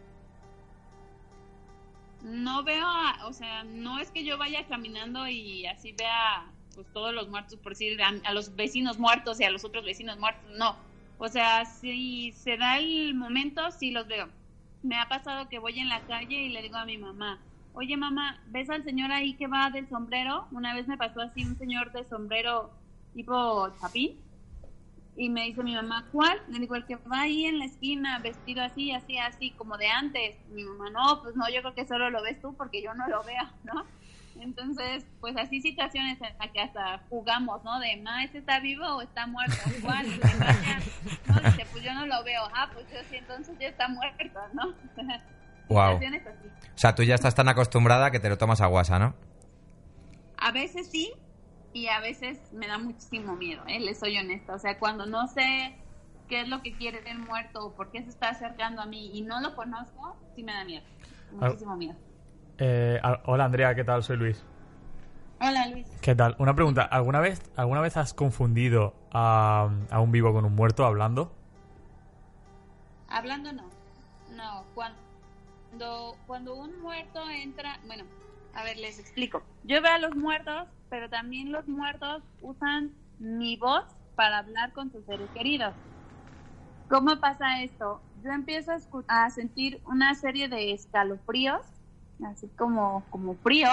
No veo, o sea, no es que yo vaya caminando y así vea pues todos los muertos, por decir, a los vecinos muertos y a los otros vecinos muertos, no. O sea, si se da el momento, sí los veo. Me ha pasado que voy en la calle y le digo a mi mamá, oye mamá, ¿ves al señor ahí que va del sombrero? Una vez me pasó así un señor de sombrero tipo chapín y me dice mi mamá, ¿cuál? Le digo, el que va ahí en la esquina vestido así, como de antes. Mi mamá, no, pues no, yo creo que solo lo ves tú porque yo no lo veo, ¿no? Entonces, pues así situaciones en las que hasta jugamos, ¿no? De, ¿este está vivo o está muerto? Igual, no, dice, pues yo no lo veo. Pues yo sí, entonces ya está muerto, ¿no? Wow. O sea, tú ya estás tan acostumbrada que te lo tomas a guasa, ¿no? A veces sí, y a veces me da muchísimo miedo, les soy honesta. O sea, cuando no sé qué es lo que quiere el muerto o por qué se está acercando a mí y no lo conozco, sí me da miedo, muchísimo miedo. Hola Andrea, ¿qué tal? Soy Luis. Hola Luis. ¿Qué tal? Una pregunta, ¿alguna vez has confundido a un vivo con un muerto hablando? Hablando no. No, cuando un muerto entra, bueno, a ver, les explico. Yo veo a los muertos, pero también los muertos usan mi voz para hablar con sus seres queridos. ¿Cómo pasa esto? Yo empiezo a sentir una serie de escalofríos, así como frío.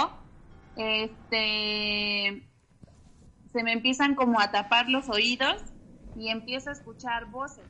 Se me empiezan como a tapar los oídos y empiezo a escuchar voces.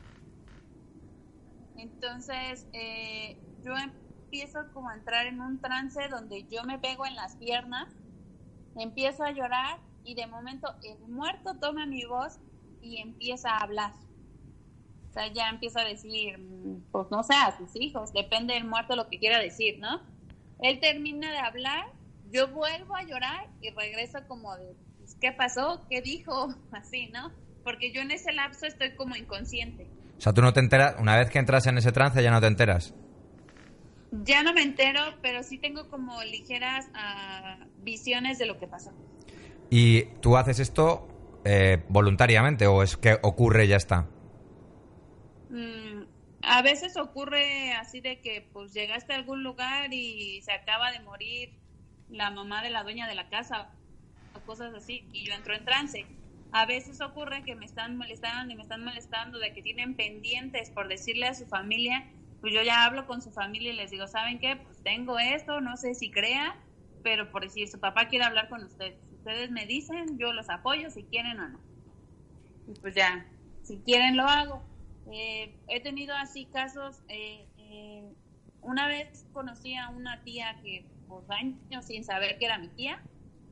Entonces, yo empiezo como a entrar en un trance donde yo me pego en las piernas, empiezo a llorar y de momento el muerto toma mi voz y empieza a hablar. O sea, ya empieza a decir, pues no sé, a sus hijos, depende del muerto lo que quiera decir, ¿no? Él termina de hablar, yo vuelvo a llorar y regreso como de, pues, ¿qué pasó? ¿Qué dijo? Así, ¿no? Porque yo en ese lapso estoy como inconsciente. O sea, tú no te enteras, una vez que entras en ese trance ya no te enteras. Ya no me entero, pero sí tengo como ligeras visiones de lo que pasó. ¿Y tú haces esto voluntariamente o es que ocurre y ya está? A veces ocurre así de que pues llegaste a algún lugar y se acaba de morir la mamá de la dueña de la casa o cosas así y yo entro en trance. A veces ocurre que me están molestando de que tienen pendientes por decirle a su familia, pues yo ya hablo con su familia y les digo, ¿saben qué? Pues tengo esto, no sé si crea, pero por decir, su papá quiere hablar con ustedes. Ustedes me dicen, yo los apoyo si quieren o no. Y pues ya, si quieren lo hago. He tenido así casos, una vez conocí a una tía que por años sin saber que era mi tía.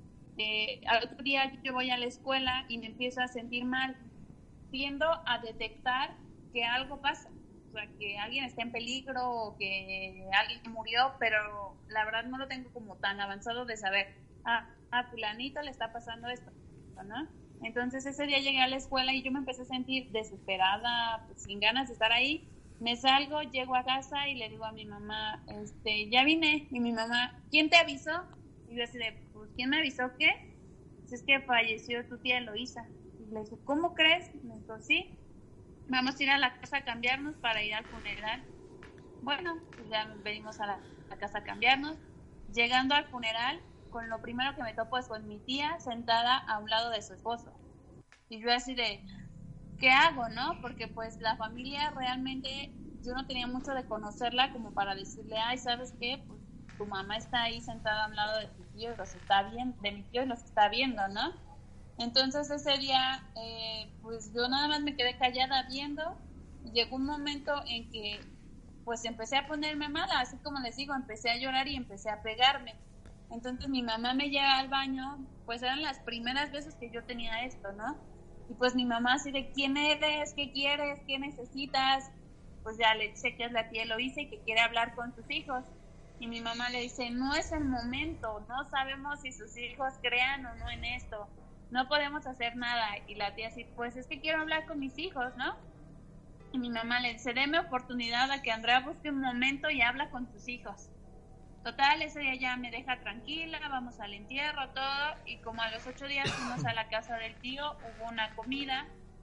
Al otro día yo voy a la escuela y me empiezo a sentir mal, tiendo a detectar que algo pasa, o sea, que alguien está en peligro o que alguien murió, pero la verdad no lo tengo como tan avanzado de saber, a fulanito le está pasando esto, ¿no? Entonces ese día llegué a la escuela y yo me empecé a sentir desesperada, pues, sin ganas de estar ahí. Me salgo, llego a casa y le digo a mi mamá, ya vine. Y mi mamá, ¿quién te avisó? Y yo así de, pues, ¿quién me avisó qué? Pues es que falleció tu tía Eloísa. Y le dije, ¿cómo crees? Me dijo, sí, vamos a ir a la casa a cambiarnos para ir al funeral. Bueno, pues ya venimos a la casa a cambiarnos. Llegando al funeral, con lo primero que me topo es con mi tía sentada a un lado de su esposo. Y yo así de, ¿qué hago, no? Porque pues la familia realmente, yo no tenía mucho de conocerla como para decirle, ay, ¿sabes qué? Pues tu mamá está ahí sentada a un lado de tu tío y los está viendo, de mi tío y los está viendo, ¿no? Entonces ese día, pues yo nada más me quedé callada viendo. Y llegó un momento en que pues empecé a ponerme mala, así como les digo, empecé a llorar y empecé a pegarme. Entonces mi mamá me lleva al baño, pues eran las primeras veces que yo tenía esto, ¿no? Y pues mi mamá así de, ¿quién eres? ¿Qué quieres? ¿Qué necesitas? Pues ya le dice que es la tía Eloísa y que quiere hablar con sus hijos. Y mi mamá le dice, no es el momento, no sabemos si sus hijos crean o no en esto, no podemos hacer nada. Y la tía así, pues es que quiero hablar con mis hijos, ¿no? Y mi mamá le dice, déme oportunidad a que Andrea busque un momento y habla con tus hijos. Total, ese día ya me deja tranquila, vamos al entierro, todo, y como a los 8 días fuimos a la casa del tío, hubo una comida,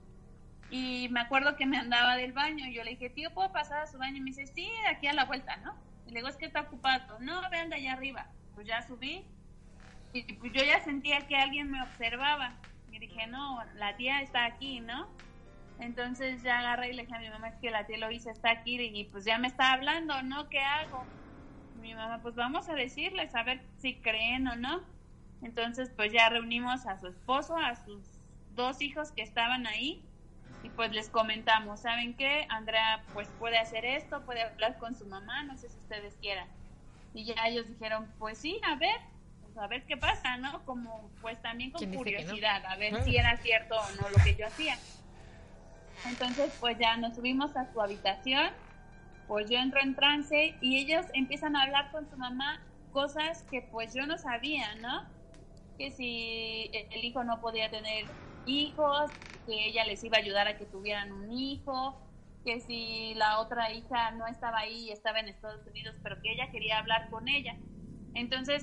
y me acuerdo que me andaba del baño, y yo le dije, tío, ¿puedo pasar a su baño? Y me dice, sí, aquí a la vuelta, ¿no? Y le digo, es que está ocupado. No, vean de allá arriba. Pues ya subí, y pues yo ya sentía que alguien me observaba, y dije, no, la tía está aquí, ¿no? Entonces ya agarré y le dije a mi mamá, es que la tía Eloísa está aquí, y pues ya me está hablando, ¿no? ¿Qué hago? Mi mamá, pues vamos a decirles, a ver si creen o no. Entonces pues ya reunimos a su esposo, a sus 2 hijos que estaban ahí, y pues les comentamos, ¿saben qué? Andrea pues puede hacer esto, puede hablar con su mamá, no sé si ustedes quieran. Y ya ellos dijeron, pues sí, a ver qué pasa, ¿no? Como pues también con curiosidad, no? A ver si era cierto o no lo que yo hacía. Entonces pues ya nos subimos a su habitación. Pues yo entro en trance y ellos empiezan a hablar con su mamá cosas que pues yo no sabía, ¿no? Que si el hijo no podía tener hijos, que ella les iba a ayudar a que tuvieran un hijo, que si la otra hija no estaba ahí, estaba en Estados Unidos, pero que ella quería hablar con ella. Entonces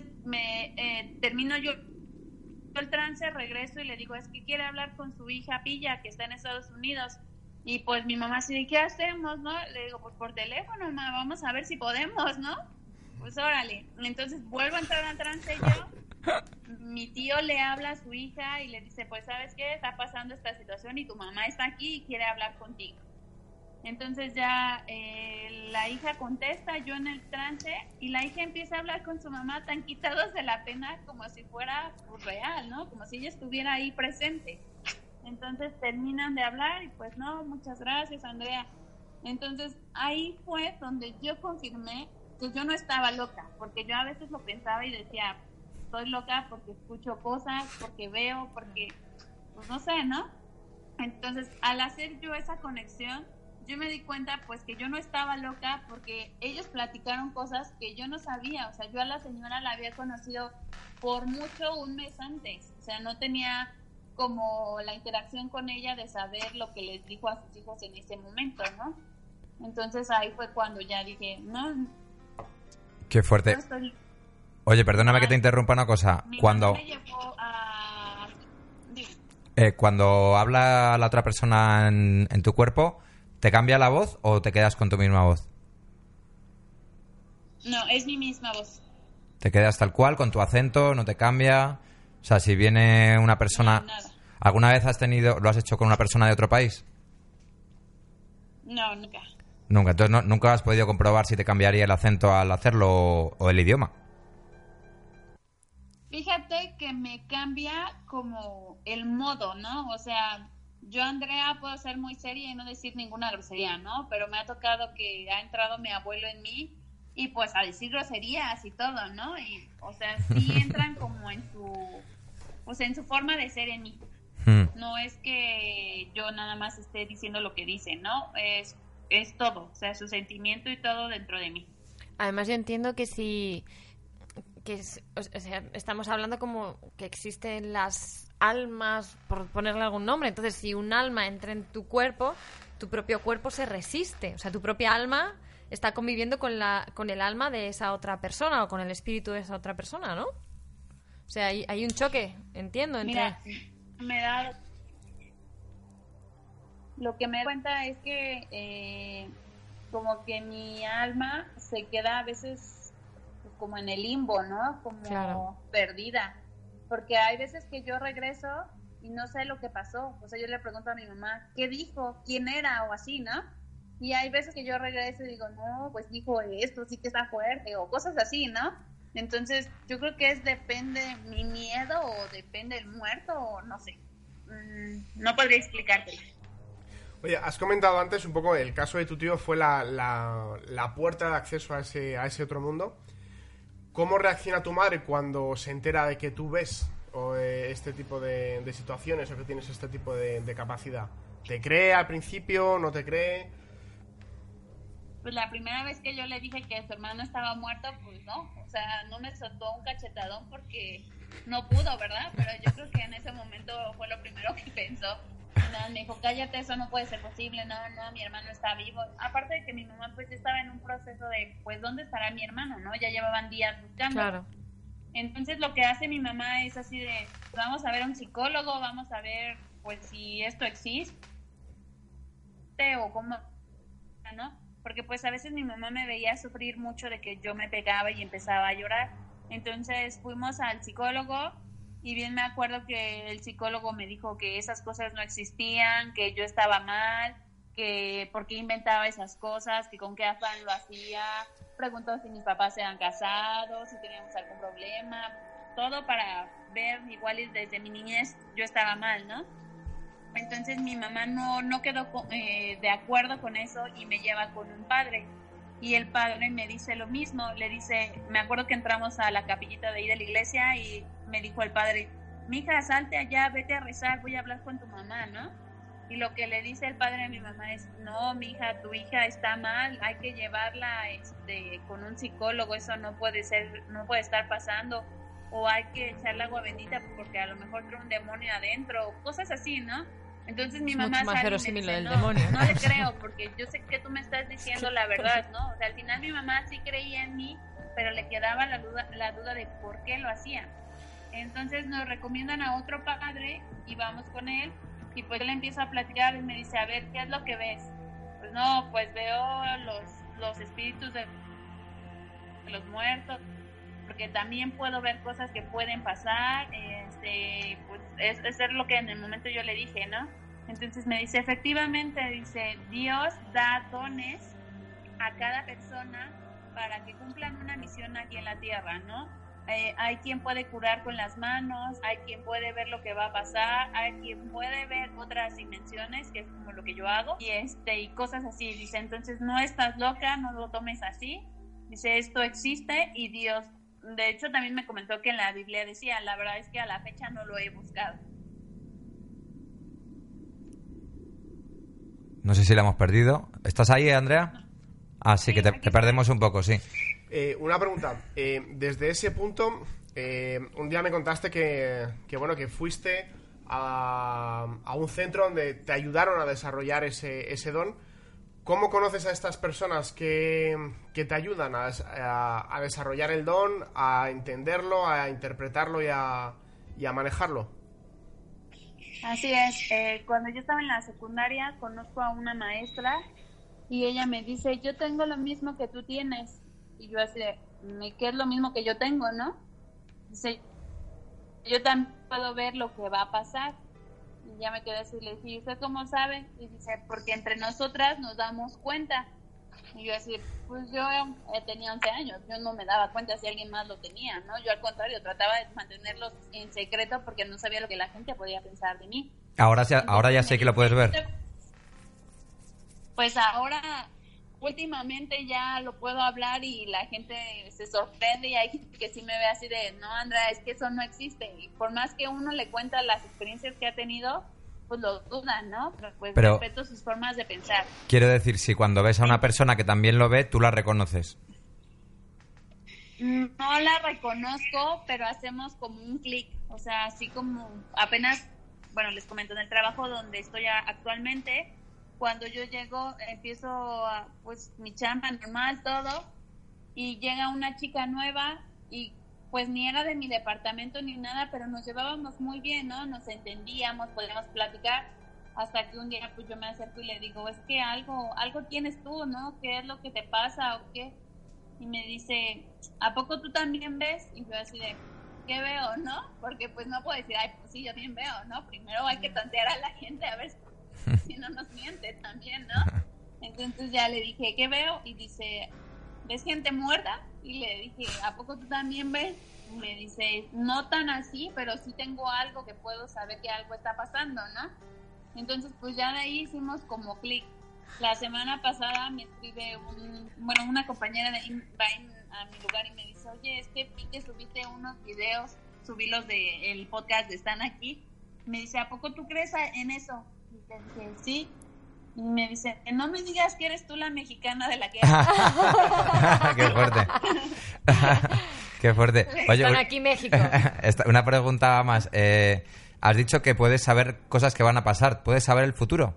termino yo el trance, regreso y le digo, es que quiere hablar con su hija Pilla, que está en Estados Unidos. Y pues mi mamá así, ¿qué hacemos, no? Le digo, pues por teléfono, mamá, vamos a ver si podemos, ¿no? Pues órale. Entonces vuelvo a entrar al trance yo. Mi tío le habla a su hija y le dice, pues ¿sabes qué? Está pasando esta situación y tu mamá está aquí y quiere hablar contigo. Entonces ya la hija contesta, yo en el trance, y la hija empieza a hablar con su mamá tan quitados de la pena como si fuera pues, real, ¿no? Como si ella estuviera ahí presente. Entonces terminan de hablar y pues no, muchas gracias, Andrea. Entonces ahí fue donde yo confirmé que yo no estaba loca, porque yo a veces lo pensaba y decía, estoy loca porque escucho cosas, porque veo, porque pues no sé, ¿no? Entonces al hacer yo esa conexión, yo me di cuenta pues que yo no estaba loca porque ellos platicaron cosas que yo no sabía. O sea, yo a la señora la había conocido por mucho un mes antes, o sea, no tenía como la interacción con ella de saber lo que les dijo a sus hijos en ese momento, ¿no? Entonces ahí fue cuando ya dije, no, Qué fuerte. Oye, perdóname que te interrumpa una cosa. Cuando habla la otra persona en tu cuerpo, ¿te cambia la voz o te quedas con tu misma voz? No, es mi misma voz. ¿Te quedas tal cual, con tu acento, no te cambia? O sea, si viene una persona... No, nada. ¿Alguna vez lo has hecho con una persona de otro país? No, nunca. Nunca. Entonces, ¿nunca has podido comprobar si te cambiaría el acento al hacerlo o el idioma? Fíjate que me cambia como el modo, ¿no? O sea, yo, Andrea, puedo ser muy seria y no decir ninguna grosería, ¿no? Pero me ha tocado que ha entrado mi abuelo en mí y pues a decir groserías y todo, ¿no? Y, o sea, sí entran como en su forma de ser en mí. No es que yo nada más esté diciendo lo que dice, ¿no? Es todo, o sea, su sentimiento y todo dentro de mí. Además, yo entiendo que o sea, estamos hablando como que existen las almas, por ponerle algún nombre. Entonces, si un alma entra en tu cuerpo, tu propio cuerpo se resiste. O sea, tu propia alma está conviviendo con el alma de esa otra persona o con el espíritu de esa otra persona, ¿no? O sea, hay un choque, entiendo. Mira, lo que me da cuenta es que como que mi alma se queda a veces pues, como en el limbo, ¿no? Como perdida. Porque hay veces que yo regreso y no sé lo que pasó. O sea, yo le pregunto a mi mamá, ¿qué dijo? ¿Quién era? O así, ¿no? Y hay veces que yo regreso y digo, no, pues dijo esto, sí que está fuerte, o cosas así, ¿no? Entonces, yo creo que depende mi miedo o depende el muerto o no sé. No podría explicártelo. Oye, has comentado antes un poco el caso de tu tío fue la puerta de acceso a ese otro mundo. ¿Cómo reacciona tu madre cuando se entera de que tú ves este tipo de situaciones o que tienes este tipo de capacidad? ¿Te cree al principio? ¿No te cree? Pues la primera vez que yo le dije que su hermano estaba muerto, pues no, o sea, no me soltó un cachetadón porque no pudo, ¿verdad? Pero yo creo que en ese momento fue lo primero que pensó. No, me dijo, cállate, eso no puede ser posible, no, mi hermano está vivo. Aparte de que mi mamá pues estaba en un proceso de, pues, ¿dónde estará mi hermano? ¿No? Ya llevaban días buscando. Claro. Entonces lo que hace mi mamá es así de, vamos a ver a un psicólogo, vamos a ver, pues, si esto existe o cómo, ¿no? Porque pues a veces mi mamá me veía sufrir mucho de que yo me pegaba y empezaba a llorar. Entonces fuimos al psicólogo y bien me acuerdo que el psicólogo me dijo que esas cosas no existían, que yo estaba mal, que por qué inventaba esas cosas, que con qué afán lo hacía. Preguntó si mis papás se han casado, si teníamos algún problema, todo para ver, igual desde mi niñez yo estaba mal, ¿no? Entonces mi mamá no quedó de acuerdo con eso y me lleva con un padre. Y el padre me dice lo mismo, le dice, me acuerdo que entramos a la capillita de ahí de la iglesia y me dijo el padre, mija, salte allá, vete a rezar, voy a hablar con tu mamá, ¿no? Y lo que le dice el padre a mi mamá es, no, mija, tu hija está mal, hay que llevarla con un psicólogo, eso no puede ser, no puede estar pasando, o hay que echarle agua bendita porque a lo mejor trae un demonio adentro, cosas así, ¿no? Entonces mi mamá mucho más sale verosímil y me dice, del demonio. No le creo, porque yo sé que tú me estás diciendo la verdad, ¿no? O sea, al final mi mamá sí creía en mí, pero le quedaba la duda de por qué lo hacía. Entonces nos recomiendan a otro padre y vamos con él, y pues él empieza a platicar y me dice, a ver, ¿qué es lo que ves? Pues no, pues veo los espíritus de los muertos, porque también puedo ver cosas que pueden pasar, pues es lo que en el momento yo le dije, ¿no? Entonces me dice, efectivamente, dice, Dios da dones a cada persona para que cumplan una misión aquí en la tierra, ¿no? Hay quien puede curar con las manos, hay quien puede ver lo que va a pasar, hay quien puede ver otras dimensiones, que es como lo que yo hago, y cosas así. Dice, entonces no estás loca, no lo tomes así. Dice, esto existe y Dios... De hecho, también me comentó que en la Biblia decía, la verdad es que a la fecha no lo he buscado. No sé si la hemos perdido. ¿Estás ahí, Andrea? Ah, sí, que te perdemos un poco, sí. Una pregunta. Desde ese punto, un día me contaste que fuiste a un centro donde te ayudaron a desarrollar ese don. ¿Cómo conoces a estas personas que te ayudan a desarrollar el don, a entenderlo, a interpretarlo y a manejarlo? Así es. Cuando yo estaba en la secundaria, conozco a una maestra y ella me dice, yo tengo lo mismo que tú tienes. Y yo así de, ¿qué es lo mismo que yo tengo, no? Dice, yo también puedo ver lo que va a pasar. Y ya me quedé así, le dije, ¿y usted cómo sabe? Y dice, porque entre nosotras nos damos cuenta. Y yo así, pues yo tenía 11 años, yo no me daba cuenta si alguien más lo tenía, ¿no? Yo al contrario, trataba de mantenerlos en secreto porque no sabía lo que la gente podía pensar de mí. Ahora ya sé que lo puedes ver. Pues ahora, últimamente ya lo puedo hablar y la gente se sorprende y hay gente que sí me ve así de, no, Andrea, es que eso no existe. Y por más que uno le cuenta las experiencias que ha tenido, pues lo dudan, ¿no? Pero respeto sus formas de pensar. Quiero decir, si cuando ves a una persona que también lo ve, tú la reconoces. No la reconozco, pero hacemos como un clic. O sea, así como apenas, bueno, les comento, en el trabajo donde estoy actualmente, cuando yo llego, empiezo pues mi chamba normal, todo, y llega una chica nueva y pues ni era de mi departamento ni nada, pero nos llevábamos muy bien, ¿no? Nos entendíamos, podíamos platicar, hasta que un día pues yo me acerco y le digo, es que algo tienes tú, ¿no? ¿Qué es lo que te pasa o qué? Y me dice, ¿a poco tú también ves? Y yo así de, ¿qué veo, no? Porque pues no puedo decir, ay, pues sí, yo también veo, ¿no? Primero hay que tantear a la gente a ver si no nos miente también, ¿no? Entonces ya le dije, ¿qué veo? Y dice, ¿ves gente muerta? Y le dije, ¿a poco tú también ves? Y me dice, no tan así, pero sí tengo algo que puedo saber que algo está pasando, ¿no? Entonces pues ya de ahí hicimos como clic. La semana pasada me escribe una compañera de va a mi lugar y me dice, oye, es que vi que subiste unos videos, subí los del podcast de Están Aquí. Me dice, ¿a poco tú crees en eso? Y le dije, sí. Y me dice, no me digas que eres tú la mexicana de la que... ¡Qué fuerte! ¡Qué fuerte! Oye, Están Aquí, México. Una pregunta más. Has dicho que puedes saber cosas que van a pasar. ¿Puedes saber el futuro?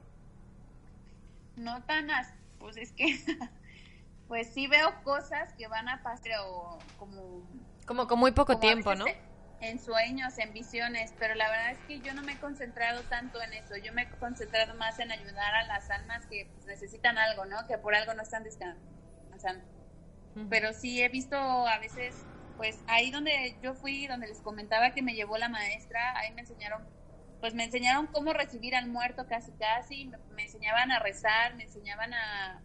No tan pues es que... pues sí veo cosas que van a pasar o como con muy poco tiempo, ¿no? En sueños, en visiones, pero la verdad es que yo no me he concentrado tanto en eso, yo me he concentrado más en ayudar a las almas que pues, necesitan algo, ¿no? Que por algo no están descansando. Pero sí he visto a veces, pues ahí donde yo fui, donde les comentaba que me llevó la maestra, ahí me enseñaron cómo recibir al muerto casi, me enseñaban a rezar, me enseñaban a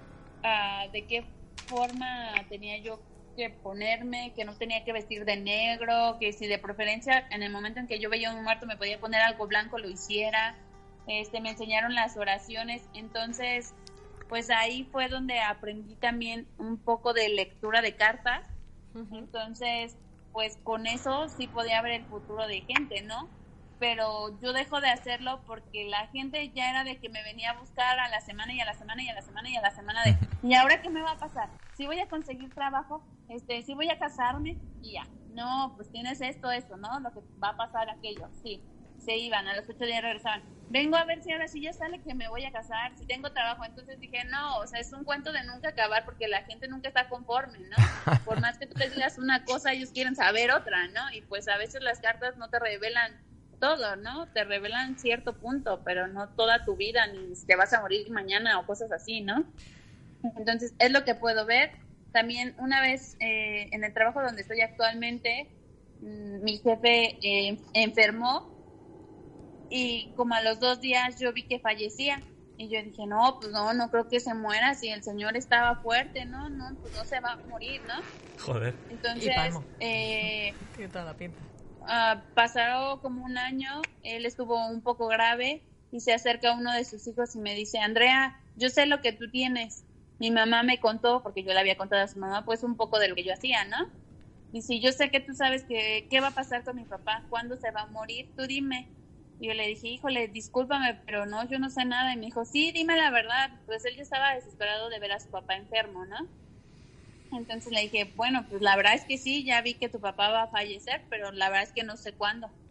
de qué forma tenía yo que ponerme, que no tenía que vestir de negro, que si de preferencia en el momento en que yo veía un muerto me podía poner algo blanco, lo hiciera. Me enseñaron las oraciones, entonces pues ahí fue donde aprendí también un poco de lectura de cartas. Entonces pues con eso sí podía ver el futuro de gente, ¿no? Pero yo dejo de hacerlo porque la gente ya era de que me venía a buscar a la semana y a la semana y a la semana y a la semana de, ¿y ahora qué me va a pasar? ¿Sí voy a conseguir trabajo? ¿Sí voy a casarme? Y ya, no, pues tienes esto, ¿no? Lo que va a pasar aquello, sí. Se iban, a los 8 días regresaban. Vengo a ver si ahora sí ya sale que me voy a casar, si tengo trabajo. Entonces dije, no, o sea, es un cuento de nunca acabar porque la gente nunca está conforme, ¿no? Por más que tú les digas una cosa, ellos quieren saber otra, ¿no? Y pues a veces las cartas no te revelan todo, ¿no? Te revelan cierto punto, pero no toda tu vida, ni si te vas a morir mañana o cosas así, ¿no? Entonces, es lo que puedo ver. También una vez en el trabajo donde estoy actualmente, mi jefe enfermó y como a los 2 días yo vi que fallecía y yo dije, no, pues no creo que se muera, si el señor estaba fuerte, no, pues no se va a morir, ¿no? Joder. Entonces, tiene toda la pinta. Pasaron como 1 año, él estuvo un poco grave y se acerca a uno de sus hijos y me dice, Andrea, yo sé lo que tú tienes. Mi mamá me contó, porque yo le había contado a su mamá, pues un poco de lo que yo hacía, ¿no? Y si yo sé que tú sabes qué va a pasar con mi papá, cuándo se va a morir, tú dime. Y yo le dije, híjole, discúlpame, pero no, yo no sé nada. Y me dijo, sí, dime la verdad. Pues él ya estaba desesperado de ver a su papá enfermo, ¿no? Entonces le dije, bueno, pues la verdad es que sí, ya vi que tu papá va a fallecer, pero la verdad es que no sé cuándo.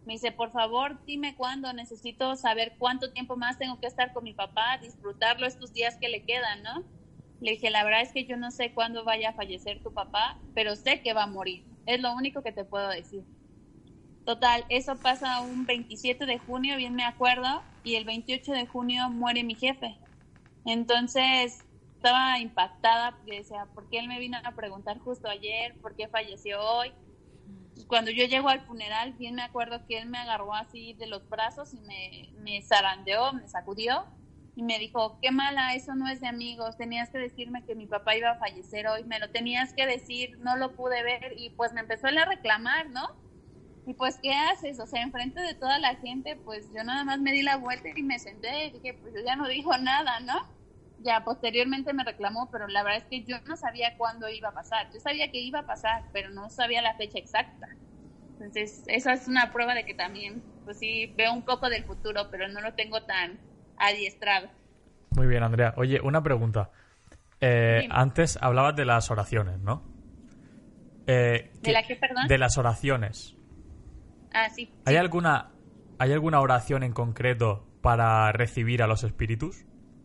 Me dice, por favor, dime cuándo, necesito saber cuánto tiempo más tengo que estar con mi papá, disfrutarlo estos días que le quedan, ¿no? Le dije, la verdad es que yo no sé cuándo vaya a fallecer tu papá, pero sé que va a morir. Es lo único que te puedo decir. Total, eso pasa un 27 de junio, bien me acuerdo, y el 28 de junio muere mi jefe. Entonces, estaba impactada porque decía, ¿por qué él me vino a preguntar justo ayer? ¿Por qué falleció hoy? Cuando yo llego al funeral, bien me acuerdo que él me agarró así de los brazos y me zarandeó, me sacudió y me dijo, qué mala, eso no es de amigos, tenías que decirme que mi papá iba a fallecer hoy, me lo tenías que decir, no lo pude ver, y pues me empezó él a reclamar, ¿no? Y pues, ¿qué haces? O sea, enfrente de toda la gente, pues yo nada más me di la vuelta y me senté y dije, pues yo ya no dijo nada, ¿no? Ya posteriormente me reclamó, pero la verdad es que yo no sabía cuándo iba a pasar. Yo sabía que iba a pasar, pero no sabía la fecha exacta. Entonces, eso es una prueba de que también, pues sí, veo un poco del futuro, pero no lo tengo tan adiestrado. Muy bien, Andrea. Oye, una pregunta. Antes hablabas de las oraciones, ¿no? ¿De la qué, perdón? De las oraciones. Ah, sí. ¿Hay alguna oración en concreto para recibir a los espíritus?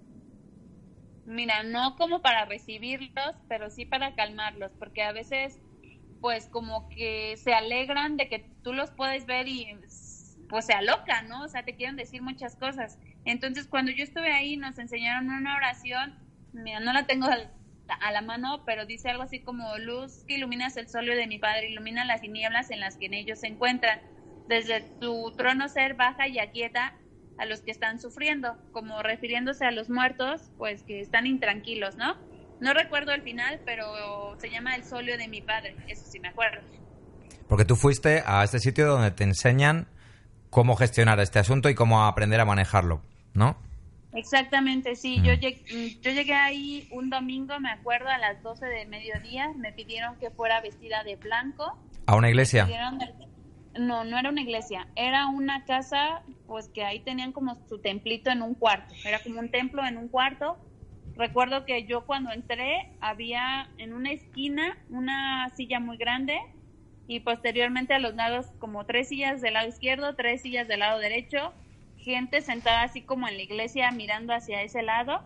Mira, no como para recibirlos, pero sí para calmarlos, porque a veces, pues como que se alegran de que tú los puedes ver y pues se alocan, ¿no? O sea, te quieren decir muchas cosas. Entonces, cuando yo estuve ahí, nos enseñaron una oración, mira, no la tengo a la mano, pero dice algo así como, luz que iluminas el solio de mi Padre, ilumina las tinieblas en las que en ellos se encuentran. Desde tu trono ser baja y aquieta a los que están sufriendo, como refiriéndose a los muertos, pues que están intranquilos, ¿no? No recuerdo el final, pero se llama el solio de mi Padre, eso sí me acuerdo. Porque tú fuiste a este sitio donde te enseñan cómo gestionar este asunto y cómo aprender a manejarlo, ¿no? Exactamente, sí. Yo llegué ahí un domingo, me acuerdo, a las 12 del mediodía. Me pidieron que fuera vestida de blanco. ¿A una iglesia? No era una iglesia. Era una casa, pues que ahí tenían como su templito en un cuarto. Era como un templo en un cuarto. Recuerdo que yo cuando entré había en una esquina una silla muy grande y posteriormente a los lados como 3 sillas del lado izquierdo, 3 sillas del lado derecho. Gente sentada así como en la iglesia mirando hacia ese lado,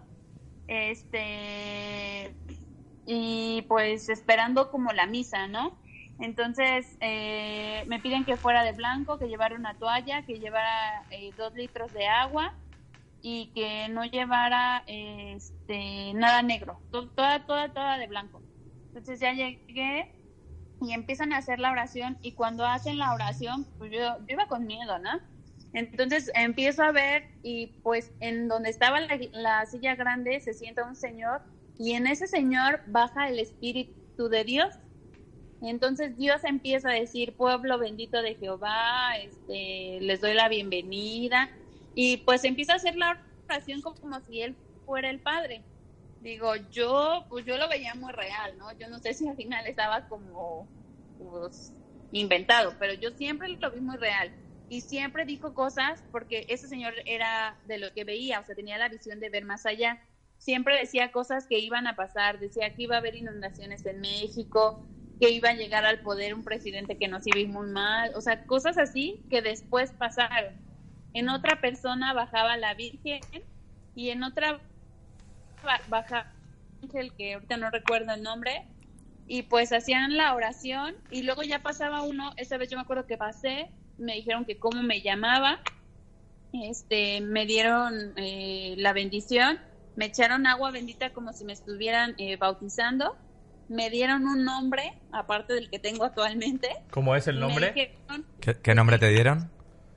y pues esperando como la misa, ¿no? Entonces me piden que fuera de blanco, que llevara una toalla, que llevara 2 litros de agua y que no llevara nada negro, toda de blanco. Entonces ya llegué y empiezan a hacer la oración, y cuando hacen la oración, pues yo iba con miedo, ¿no? Entonces empiezo a ver y pues en donde estaba la silla grande se sienta un señor, y en ese señor baja el Espíritu de Dios. Entonces Dios empieza a decir, pueblo bendito de Jehová, les doy la bienvenida, y pues empieza a hacer la oración como si él fuera el Padre. Digo, yo lo veía muy real, ¿no? Yo no sé si al final estaba como pues, inventado, pero yo siempre lo vi muy real. Y siempre dijo cosas, porque ese señor era de lo que veía, o sea, tenía la visión de ver más allá. Siempre decía cosas que iban a pasar, decía que iba a haber inundaciones en México, que iba a llegar al poder un presidente que nos iba a ir muy mal, o sea, cosas así que después pasaron. En otra persona bajaba la Virgen, y en otra bajaba Ángel, que ahorita no recuerdo el nombre, y pues hacían la oración, y luego ya pasaba uno. Esa vez yo me acuerdo que pasé, me dijeron que cómo me llamaba, me dieron la bendición, me echaron agua bendita como si me estuvieran bautizando, me dieron un nombre, aparte del que tengo actualmente. ¿Cómo es el nombre? Dijeron, ¿Qué nombre te dieron?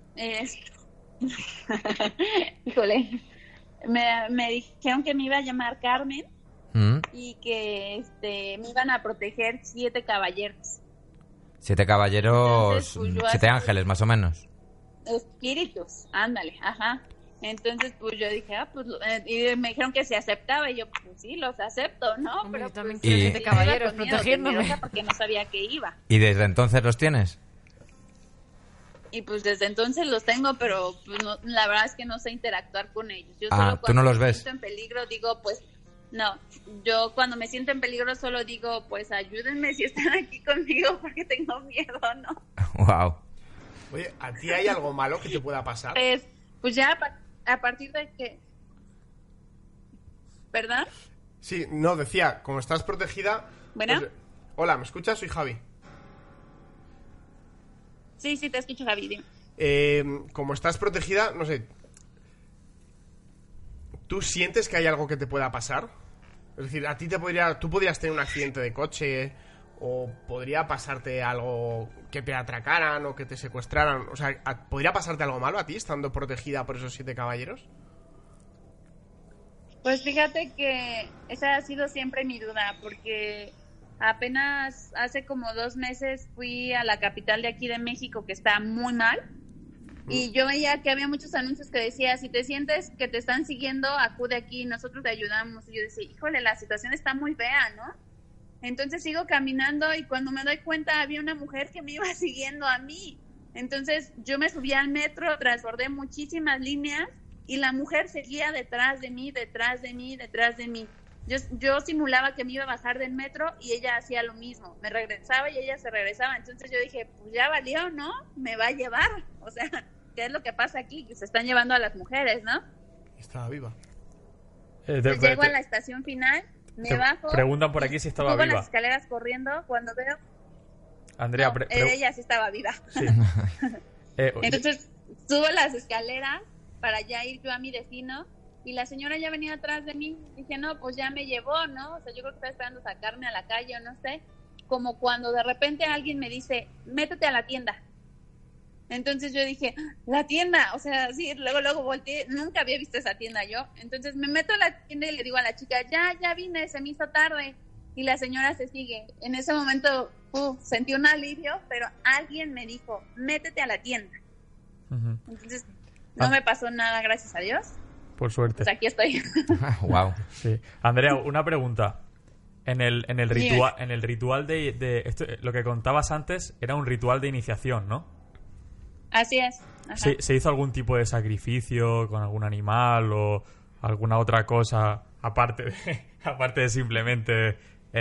Híjole, me dijeron que me iba a llamar Carmen, y que me iban a proteger 7 caballeros. 7 caballeros, entonces, pues, 7 ángeles, más o menos. Espíritus, ándale, ajá. Entonces, pues yo dije, y me dijeron que se aceptaba, y yo, pues sí, los acepto, ¿no? Hombre, pero yo también pues, quiero 7 caballeros protegiéndome. Porque no sabía que iba. ¿Y desde entonces los tienes? Y pues desde entonces los tengo, pero pues, no, la verdad es que no sé interactuar con ellos. Yo solo ¿tú no los me ves? siento en peligro, digo, pues, no, yo cuando me siento en peligro solo digo, pues ayúdenme si están aquí conmigo porque tengo miedo, ¿no? Wow. Oye, ¿a ti hay algo malo que te pueda pasar? Pues ya a partir de que... ¿Verdad? Sí, no, decía, como estás protegida... ¿Bueno? Pues... Hola, ¿me escuchas? Soy Javi. Sí, te escucho, Javi. Dime. Como estás protegida, no sé... ¿Tú sientes que hay algo que te pueda pasar? Es decir, a ti tú podrías tener un accidente de coche... ¿O podría pasarte algo que te atracaran o que te secuestraran? O sea, ¿podría pasarte algo malo a ti estando protegida por esos 7 caballeros? Pues fíjate que esa ha sido siempre mi duda, porque apenas hace como 2 meses fui a la capital de aquí de México, que está muy mal, y yo veía que había muchos anuncios que decía, si te sientes que te están siguiendo, acude aquí, nosotros te ayudamos. Y yo decía, híjole, la situación está muy fea, ¿no? Entonces sigo caminando y cuando me doy cuenta había una mujer que me iba siguiendo a mí. Entonces yo me subí al metro, transbordé muchísimas líneas y la mujer seguía detrás de mí. Yo simulaba que me iba a bajar del metro y ella hacía lo mismo. Me regresaba y ella se regresaba. Entonces yo dije, pues ya valió, ¿no? Me va a llevar. O sea, ¿qué es lo que pasa aquí? Que se están llevando a las mujeres, ¿no? Estaba viva. Llego a la estación final. Me bajo. Preguntan por aquí si estaba viva. Subo las escaleras corriendo cuando veo... Andrea, no, ella sí estaba viva. Sí. Entonces subo las escaleras para ya ir yo a mi destino y la señora ya venía atrás de mí. Dije, no, pues ya me llevó, ¿no? O sea, yo creo que estaba esperando sacarme a la calle o no sé. Como cuando de repente alguien me dice, métete a la tienda. Entonces yo dije, la tienda, o sea, sí, luego volteé, nunca había visto esa tienda yo. Entonces me meto a la tienda y le digo a la chica, ya vine, se me hizo tarde. Y la señora se sigue. En ese momento sentí un alivio, pero alguien me dijo, métete a la tienda. Uh-huh. Entonces no me pasó nada, gracias a Dios. Por suerte. Pues aquí estoy. Wow. Sí. Andrea, una pregunta. En el ritual de esto, lo que contabas antes era un ritual de iniciación, ¿no? Así es. ¿Se hizo algún tipo de sacrificio con algún animal o alguna otra cosa aparte de simplemente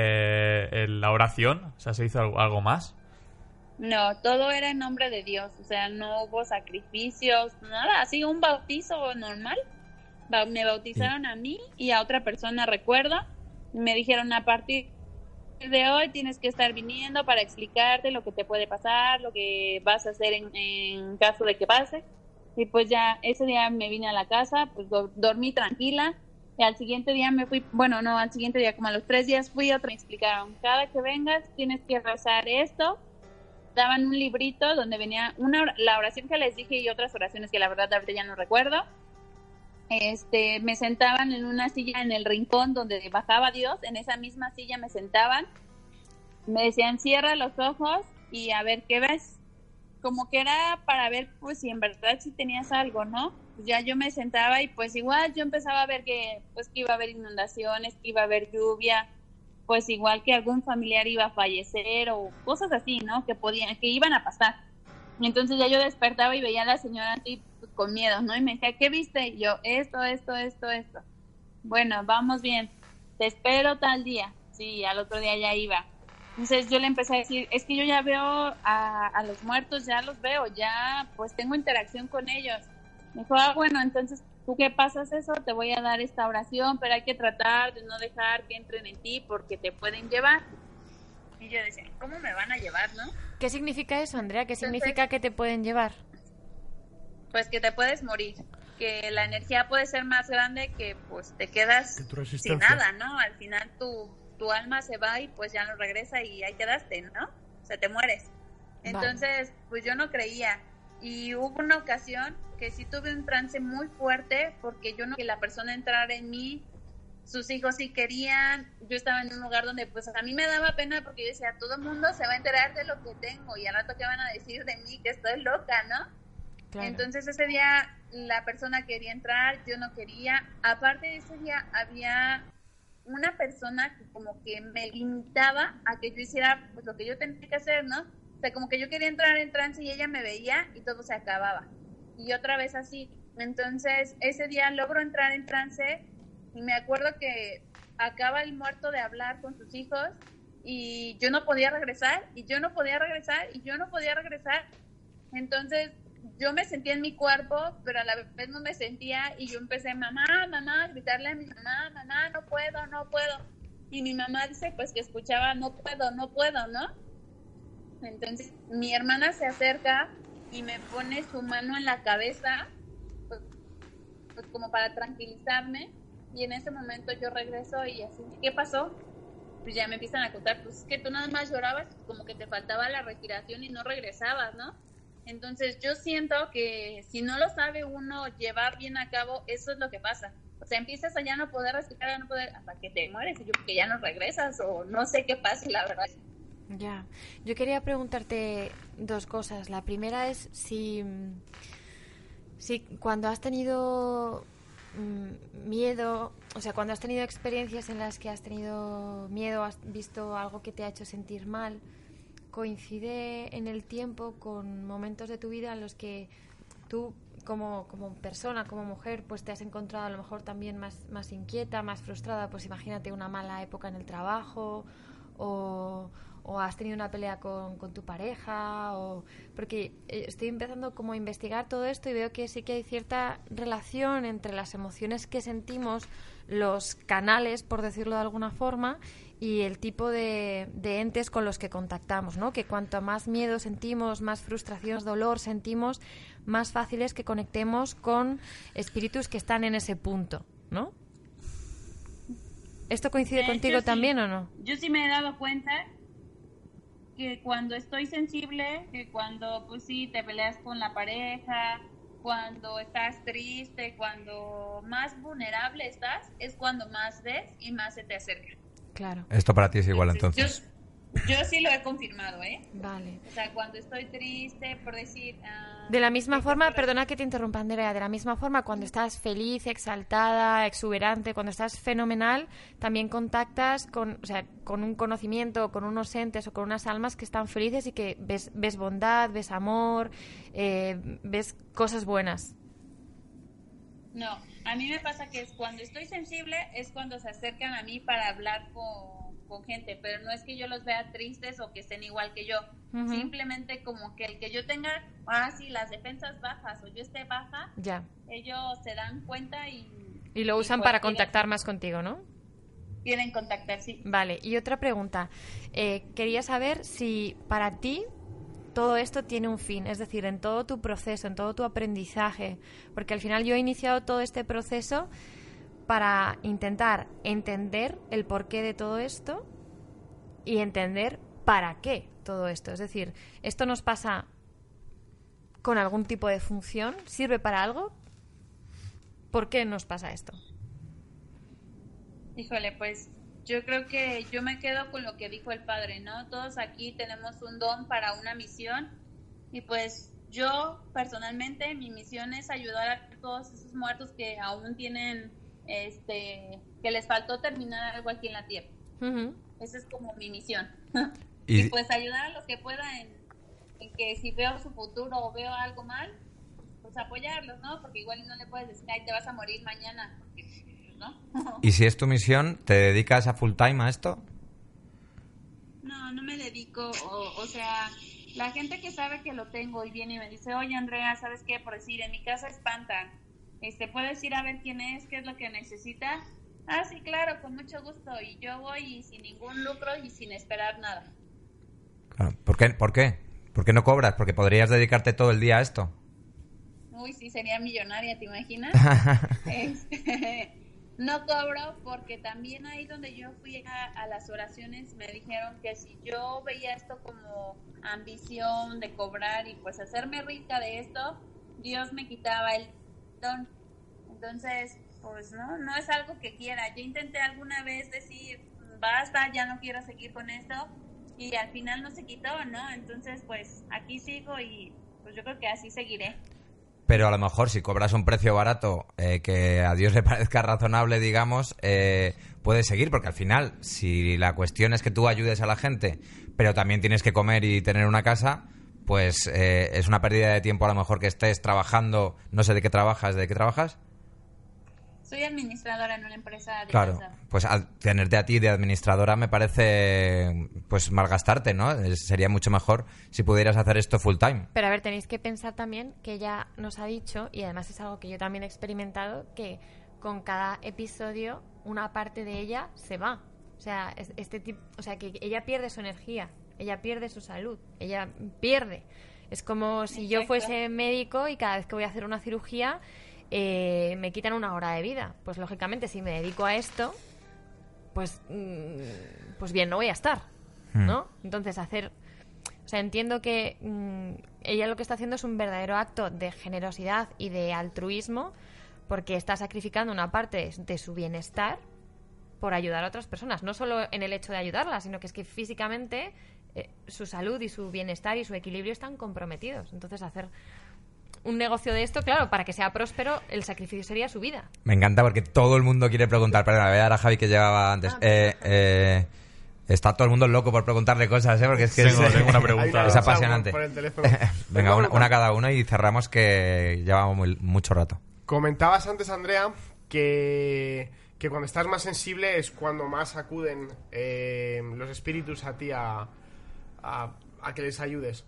la oración? O sea, ¿se hizo algo más? No, todo era en nombre de Dios. O sea, no hubo sacrificios, nada. Así un bautizo normal. Me bautizaron a mí y a otra persona, recuerdo. Me dijeron, a partir de hoy tienes que estar viniendo para explicarte lo que te puede pasar, lo que vas a hacer en caso de que pase. Y pues ya ese día me vine a la casa, pues dormí tranquila y al siguiente día me fui, al siguiente día, como a los 3 días fui otra, me explicaron, cada que vengas tienes que rezar esto. Daban un librito donde venía la oración que les dije y otras oraciones que la verdad ahorita ya no recuerdo. Me sentaban en una silla en el rincón donde bajaba Dios, en esa misma silla me sentaban, me decían cierra los ojos y a ver qué ves, como que era para ver pues si en verdad si tenías algo, ¿no? Pues ya yo me sentaba y pues igual yo empezaba a ver que iba a haber inundaciones, que iba a haber lluvia, pues igual que algún familiar iba a fallecer o cosas así, ¿no? Que iban a pasar. Y entonces ya yo despertaba y veía a la señora así pues, con miedo, ¿no? Y me decía, ¿qué viste? Y yo, esto. Bueno, vamos bien. Te espero tal día. Sí, al otro día ya iba. Entonces yo le empecé a decir, es que yo ya veo a los muertos, ya los veo, ya pues tengo interacción con ellos. Me dijo, bueno, entonces tú que pasas eso, te voy a dar esta oración, pero hay que tratar de no dejar que entren en ti porque te pueden llevar. Y yo decía, ¿cómo me van a llevar, no? ¿Qué significa eso, Andrea? ¿Qué significa que te pueden llevar? Pues que te puedes morir, que la energía puede ser más grande que pues te quedas sin nada, ¿no? Al final tu alma se va y pues ya no regresa y ahí quedaste, ¿no? O sea, te mueres. Entonces, pues yo no creía. Y hubo una ocasión que sí tuve un trance muy fuerte porque yo no quería que la persona entrara en mí. Sus hijos sí querían, yo estaba en un lugar donde pues a mí me daba pena porque yo decía, todo el mundo se va a enterar de lo que tengo y al rato que van a decir de mí que estoy loca, ¿no? Claro. Entonces ese día la persona quería entrar, yo no quería. Aparte de ese día había una persona que como que me limitaba a que yo hiciera pues lo que yo tenía que hacer, ¿no? O sea, como que yo quería entrar en trance y ella me veía y todo se acababa. Y otra vez así. Entonces ese día logro entrar en trance. Y me acuerdo que acaba el muerto de hablar con sus hijos y yo no podía regresar, Entonces yo me sentía en mi cuerpo, pero a la vez no me sentía, y yo empecé, mamá, a gritarle a mi mamá, no puedo. Y mi mamá dice, pues que escuchaba, no puedo, ¿no? Entonces mi hermana se acerca y me pone su mano en la cabeza, pues como para tranquilizarme, y en ese momento yo regreso y así, ¿qué pasó? Pues ya me empiezan a contar, pues es que tú nada más llorabas, como que te faltaba la respiración y no regresabas, ¿no? Entonces yo siento que si no lo sabe uno llevar bien a cabo, eso es lo que pasa. O sea, empiezas a ya no poder respirar, a no poder, hasta que te mueres, y yo que ya no regresas, o no sé qué pasa, la verdad. Ya, yo quería preguntarte dos cosas. La primera es si cuando has tenido miedo, o sea, cuando has tenido experiencias en las que has tenido miedo, has visto algo que te ha hecho sentir mal, coincide en el tiempo con momentos de tu vida en los que tú como persona, como mujer, pues te has encontrado a lo mejor también más inquieta, más frustrada. Pues imagínate una mala época en el trabajo, o has tenido una pelea con tu pareja, porque estoy empezando como a investigar todo esto y veo que sí que hay cierta relación entre las emociones que sentimos, los canales, por decirlo de alguna forma, y el tipo de entes con los que contactamos, ¿no? Que cuanto más miedo sentimos, más frustración, dolor sentimos, más fácil es que conectemos con espíritus que están en ese punto, ¿no? ¿Esto coincide contigo también o no? Yo sí me he dado cuenta que cuando estoy sensible, que cuando pues sí te peleas con la pareja, cuando estás triste, cuando más vulnerable estás, es cuando más ves y más se te acerca. Claro. Esto para ti es igual entonces. Yo sí lo he confirmado, ¿eh? Vale. O sea, cuando estoy triste, por decir... de la misma forma, perdona que te interrumpa, Andrea, de la misma forma, cuando estás feliz, exaltada, exuberante, cuando estás fenomenal, también contactas con un conocimiento, con unos entes o con unas almas que están felices y que ves bondad, ves amor, ves cosas buenas. No, a mí me pasa que cuando estoy sensible es cuando se acercan a mí para hablar con gente, pero no es que yo los vea tristes o que estén igual que yo. Uh-huh. Simplemente como que el que yo tenga, las defensas bajas o yo esté baja, ya, ellos se dan cuenta y lo usan para contactar más contigo, ¿no? Quieren contactar, sí. Vale, y otra pregunta. Quería saber si para ti todo esto tiene un fin, es decir, en todo tu proceso, en todo tu aprendizaje, porque al final yo he iniciado todo este proceso para intentar entender el porqué de todo esto y entender para qué todo esto. Es decir, ¿esto nos pasa con algún tipo de función? ¿Sirve para algo? ¿Por qué nos pasa esto? Híjole, pues yo creo que yo me quedo con lo que dijo el padre, ¿no? Todos aquí tenemos un don para una misión y pues yo personalmente mi misión es ayudar a todos esos muertos que aún tienen que les faltó terminar algo aquí en la tierra. Uh-huh. Esa es como mi misión. Y pues ayudar a los que pueda en que si veo su futuro o veo algo mal, pues apoyarlos, ¿no? Porque igual no le puedes decir, ay, te vas a morir mañana, porque, ¿no? ¿Y si es tu misión, te dedicas a full time a esto? No me dedico, o sea, la gente que sabe que lo tengo y viene y me dice, oye, Andrea, ¿sabes qué? Por decir, en mi casa espantan. ¿Puedes ir a ver quién es? ¿Qué es lo que necesita? Ah, sí, claro, con mucho gusto. Y yo voy y sin ningún lucro y sin esperar nada. Claro. ¿Por qué? ¿Por qué no cobras? Porque podrías dedicarte todo el día a esto. Uy, sí, sería millonaria, ¿te imaginas? No cobro porque también ahí donde yo fui a las oraciones me dijeron que si yo veía esto como ambición de cobrar y pues hacerme rica de esto, Dios me quitaba el don. Entonces, pues no es algo que quiera. Yo intenté alguna vez decir, basta, ya no quiero seguir con esto, y al final no se quitó, ¿no? Entonces, pues aquí sigo y pues yo creo que así seguiré. Pero a lo mejor si cobras un precio barato que a Dios le parezca razonable, digamos, puedes seguir, porque al final, si la cuestión es que tú ayudes a la gente, pero también tienes que comer y tener una casa, pues es una pérdida de tiempo a lo mejor que estés trabajando, no sé de qué trabajas, ¿de qué trabajas? Soy administradora en una empresa de Claro, casa. pues al tenerte a ti de administradora me parece pues malgastarte, ¿no? Sería mucho mejor si pudieras hacer esto full time. Pero a ver, tenéis que pensar también que ella nos ha dicho, y además es algo que yo también he experimentado, que con cada episodio una parte de ella se va. O sea, que ella pierde su energía, ella pierde su salud, ella pierde. Es como si yo fuese médico y cada vez que voy a hacer una cirugía me quitan 1 hora de vida. Pues lógicamente si me dedico a esto, pues bien, no voy a estar, ¿no? Entonces entiendo que ella lo que está haciendo es un verdadero acto de generosidad y de altruismo, porque está sacrificando una parte de su bienestar por ayudar a otras personas, no solo en el hecho de ayudarlas, sino que es que físicamente su salud y su bienestar y su equilibrio están comprometidos. Entonces hacer un negocio de esto, claro, para que sea próspero, el sacrificio sería su vida. Me encanta porque todo el mundo quiere preguntar. Perdona, voy a dar a Javi que llevaba antes. Está todo el mundo loco por preguntarle cosas, porque es que tengo una pregunta. Es apasionante. Por el teléfono. Venga, una cada uno y cerramos, que llevamos mucho rato. Comentabas antes, Andrea, que cuando estás más sensible es cuando más acuden los espíritus a ti a que les ayudes.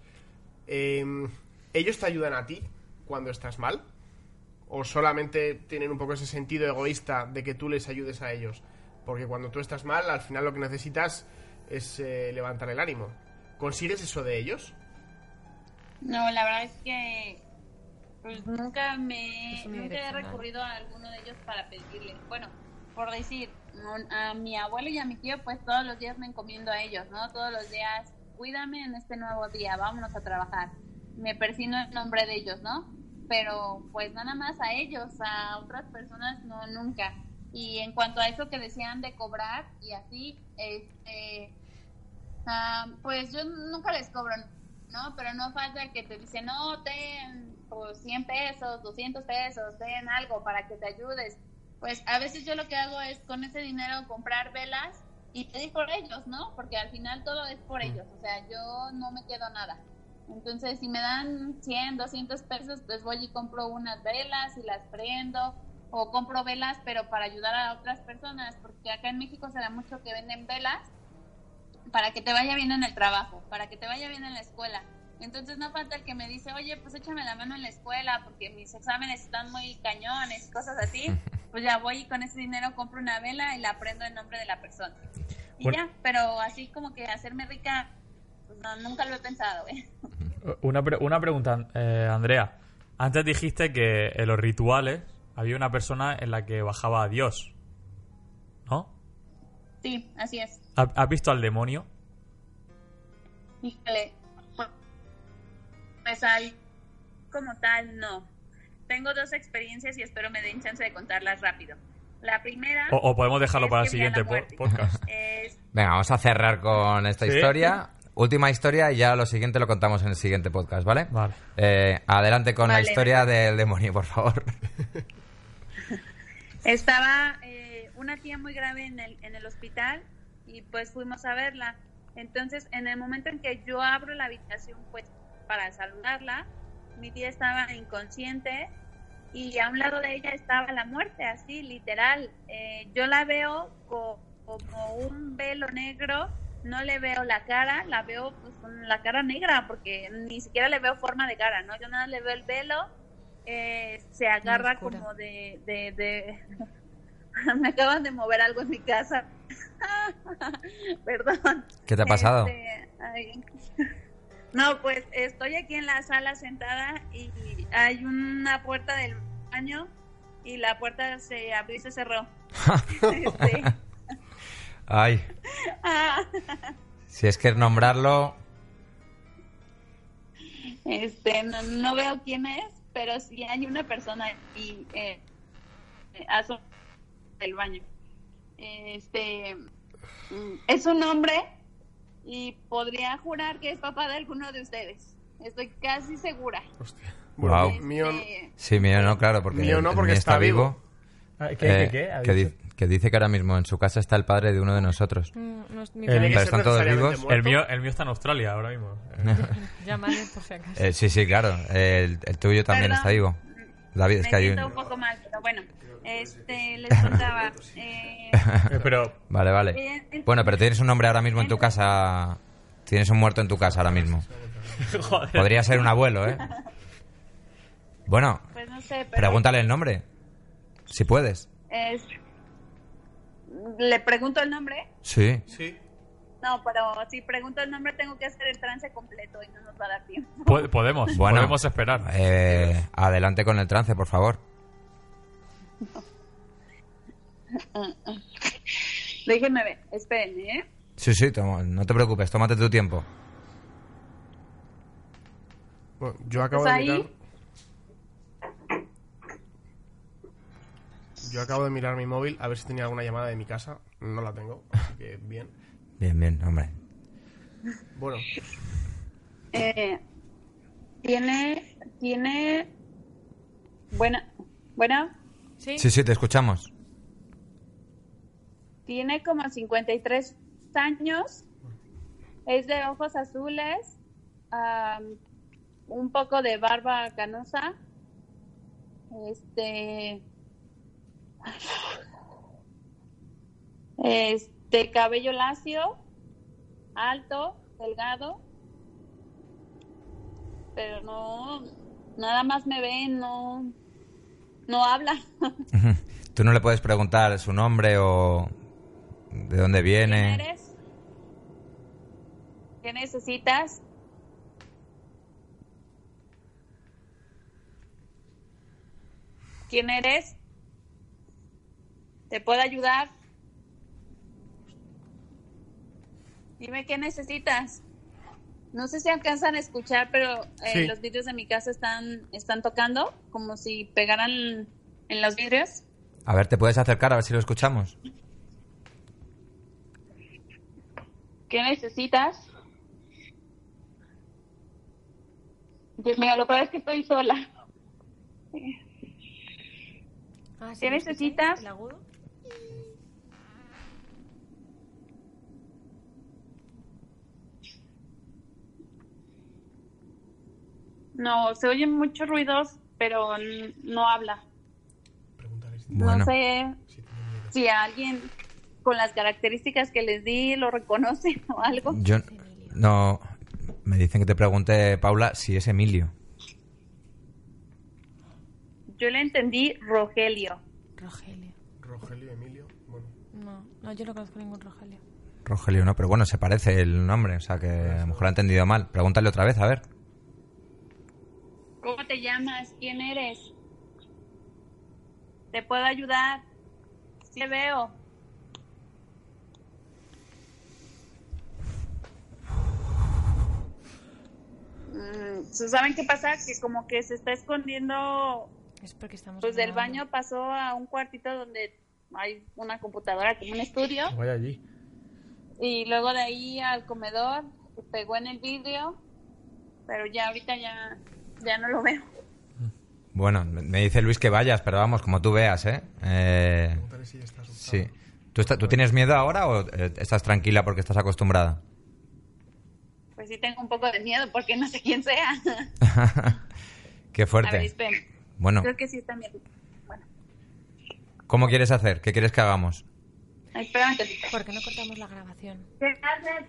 ¿Ellos te ayudan a ti cuando estás mal? ¿O solamente tienen un poco ese sentido egoísta de que tú les ayudes a ellos? Porque cuando tú estás mal, al final lo que necesitas es levantar el ánimo. ¿Consigues eso de ellos? No, la verdad es que pues nunca he recurrido a alguno de ellos para pedirle. Bueno, por decir, a mi abuelo y a mi tío, pues todos los días me encomiendo a ellos, ¿no? Todos los días, cuídame en este nuevo día, vámonos a trabajar. Me persino en nombre de ellos, ¿no? Pero pues nada más a ellos, a otras personas no, nunca. Y en cuanto a eso que decían de cobrar y así, pues yo nunca les cobro, ¿no? Pero no falta que te dicen, no, ten pues 100 pesos, 200 pesos, ten algo para que te ayudes. Pues a veces yo lo que hago es con ese dinero comprar velas y pedir por ellos, ¿no? Porque al final todo es por ellos, o sea, yo no me quedo nada. Entonces, si me dan 100, 200 pesos, pues voy y compro unas velas y las prendo, o compro velas, pero para ayudar a otras personas, porque acá en México se da mucho que venden velas para que te vaya bien en el trabajo, para que te vaya bien en la escuela. Entonces no falta el que me dice, oye, pues échame la mano en la escuela, porque mis exámenes están muy cañones, cosas así. Pues ya voy y con ese dinero compro una vela y la prendo en nombre de la persona. Y bueno, ya, pero así como que hacerme rica, pues no, nunca lo he pensado, Una pregunta, Andrea. Antes dijiste que en los rituales había una persona en la que bajaba a Dios, ¿no? Sí, así es. ¿Has visto al demonio? Híjole, pues ahí como tal no. Tengo 2 experiencias y espero me den chance de contarlas rápido. La primera... O podemos dejarlo para el siguiente podcast. Venga, vamos a cerrar con esta historia. Última historia y ya lo siguiente lo contamos en el siguiente podcast, ¿vale? Vale. Adelante con la historia del demonio, por favor. Estaba una tía muy grave en el hospital y pues fuimos a verla. Entonces, en el momento en que yo abro la habitación pues para saludarla, mi tía estaba inconsciente y a un lado de ella estaba la muerte, así, literal. Yo la veo como un velo negro. No le veo la cara, la veo pues con la cara negra, porque ni siquiera le veo forma de cara, ¿no? Yo nada le veo el velo, se agarra como de... Me acaban de mover algo en mi casa. Perdón. ¿Qué te ha pasado? No, pues estoy aquí en la sala sentada y hay una puerta del baño y la puerta se abrió y se cerró. Ay. Si es que es nombrarlo. No veo quién es, pero sí hay una persona y del baño. Es un hombre y podría jurar que es papá de alguno de ustedes. Estoy casi segura. Hostia. Bueno, wow. Mío, sí, mío no, claro, porque mío no, porque está vivo. ¿Qué? Que dice que ahora mismo en su casa está el padre de uno de nosotros. No es mi Pero están todos vivos. El mío está en Australia ahora mismo. Llámale por si acaso. Sí, claro. El tuyo también está vivo. David, es que hay un poco mal, pero bueno, les contaba. Pero vale. Bueno, pero tienes un hombre ahora mismo en tu casa. Tienes un muerto en tu casa ahora mismo. Joder. Podría ser un abuelo, ¿eh? Bueno, pues no sé, pero pregúntale el nombre, si puedes. ¿Le pregunto el nombre? Sí. No, pero si pregunto el nombre tengo que hacer el trance completo y no nos va a dar tiempo. Podemos esperar. Adelante con el trance, por favor. Déjenme ver, esperen, ¿eh? Sí, no te preocupes, tómate tu tiempo. Bueno, yo acabo de mirar... Yo acabo de mirar mi móvil a ver si tenía alguna llamada de mi casa. No la tengo, así que bien. Bien, hombre. Bueno. Tiene... ¿Buena? Sí, te escuchamos. Tiene como 53 años. Es de ojos azules. Un poco de barba canosa. Cabello lacio, alto, delgado, pero nada más me ve, no habla. ¿Tú no le puedes preguntar su nombre o de dónde viene? ¿Quién eres? ¿Qué necesitas? ¿Quién eres? ¿Te puedo ayudar? Dime qué necesitas. No sé si alcanzan a escuchar, pero sí. Los vidrios de mi casa están tocando, como si pegaran en los vidrios. A ver, ¿te puedes acercar a ver si lo escuchamos? ¿Qué necesitas? Dios mío, lo peor es que estoy sola. ¿Qué necesitas? ¿El agudo? No, se oyen muchos ruidos, pero no habla. Bueno. No sé si alguien con las características que les di lo reconoce o algo. Yo no. Me dicen que te pregunte, Paula, si es Emilio. Yo le entendí Rogelio. Rogelio, Emilio. Bueno. No, yo no conozco ningún Rogelio. Rogelio no, pero bueno, se parece el nombre, o sea que a lo mejor lo ha entendido mal. Pregúntale otra vez, a ver. ¿Cómo te llamas? ¿Quién eres? ¿Te puedo ayudar? Sí, te veo. ¿Saben qué pasa? Que como que se está escondiendo. Es porque estamos pues del baño pasó a un cuartito donde hay una computadora, como un estudio. Voy allí. Y luego de ahí al comedor, se pegó en el vidrio, pero ya ahorita ya no lo veo. Bueno, me dice Luis que vayas, pero vamos, como tú veas, ¿eh? Sí. ¿Tú tienes miedo ahora o estás tranquila porque estás acostumbrada? Pues sí tengo un poco de miedo porque no sé quién sea. Qué fuerte. A ver, espera. Bueno. Creo que sí está bien. Bueno. ¿Cómo quieres hacer? ¿Qué quieres que hagamos? Ay, espérame un tantito. ¿Por qué no cortamos la grabación? ¿Qué haces?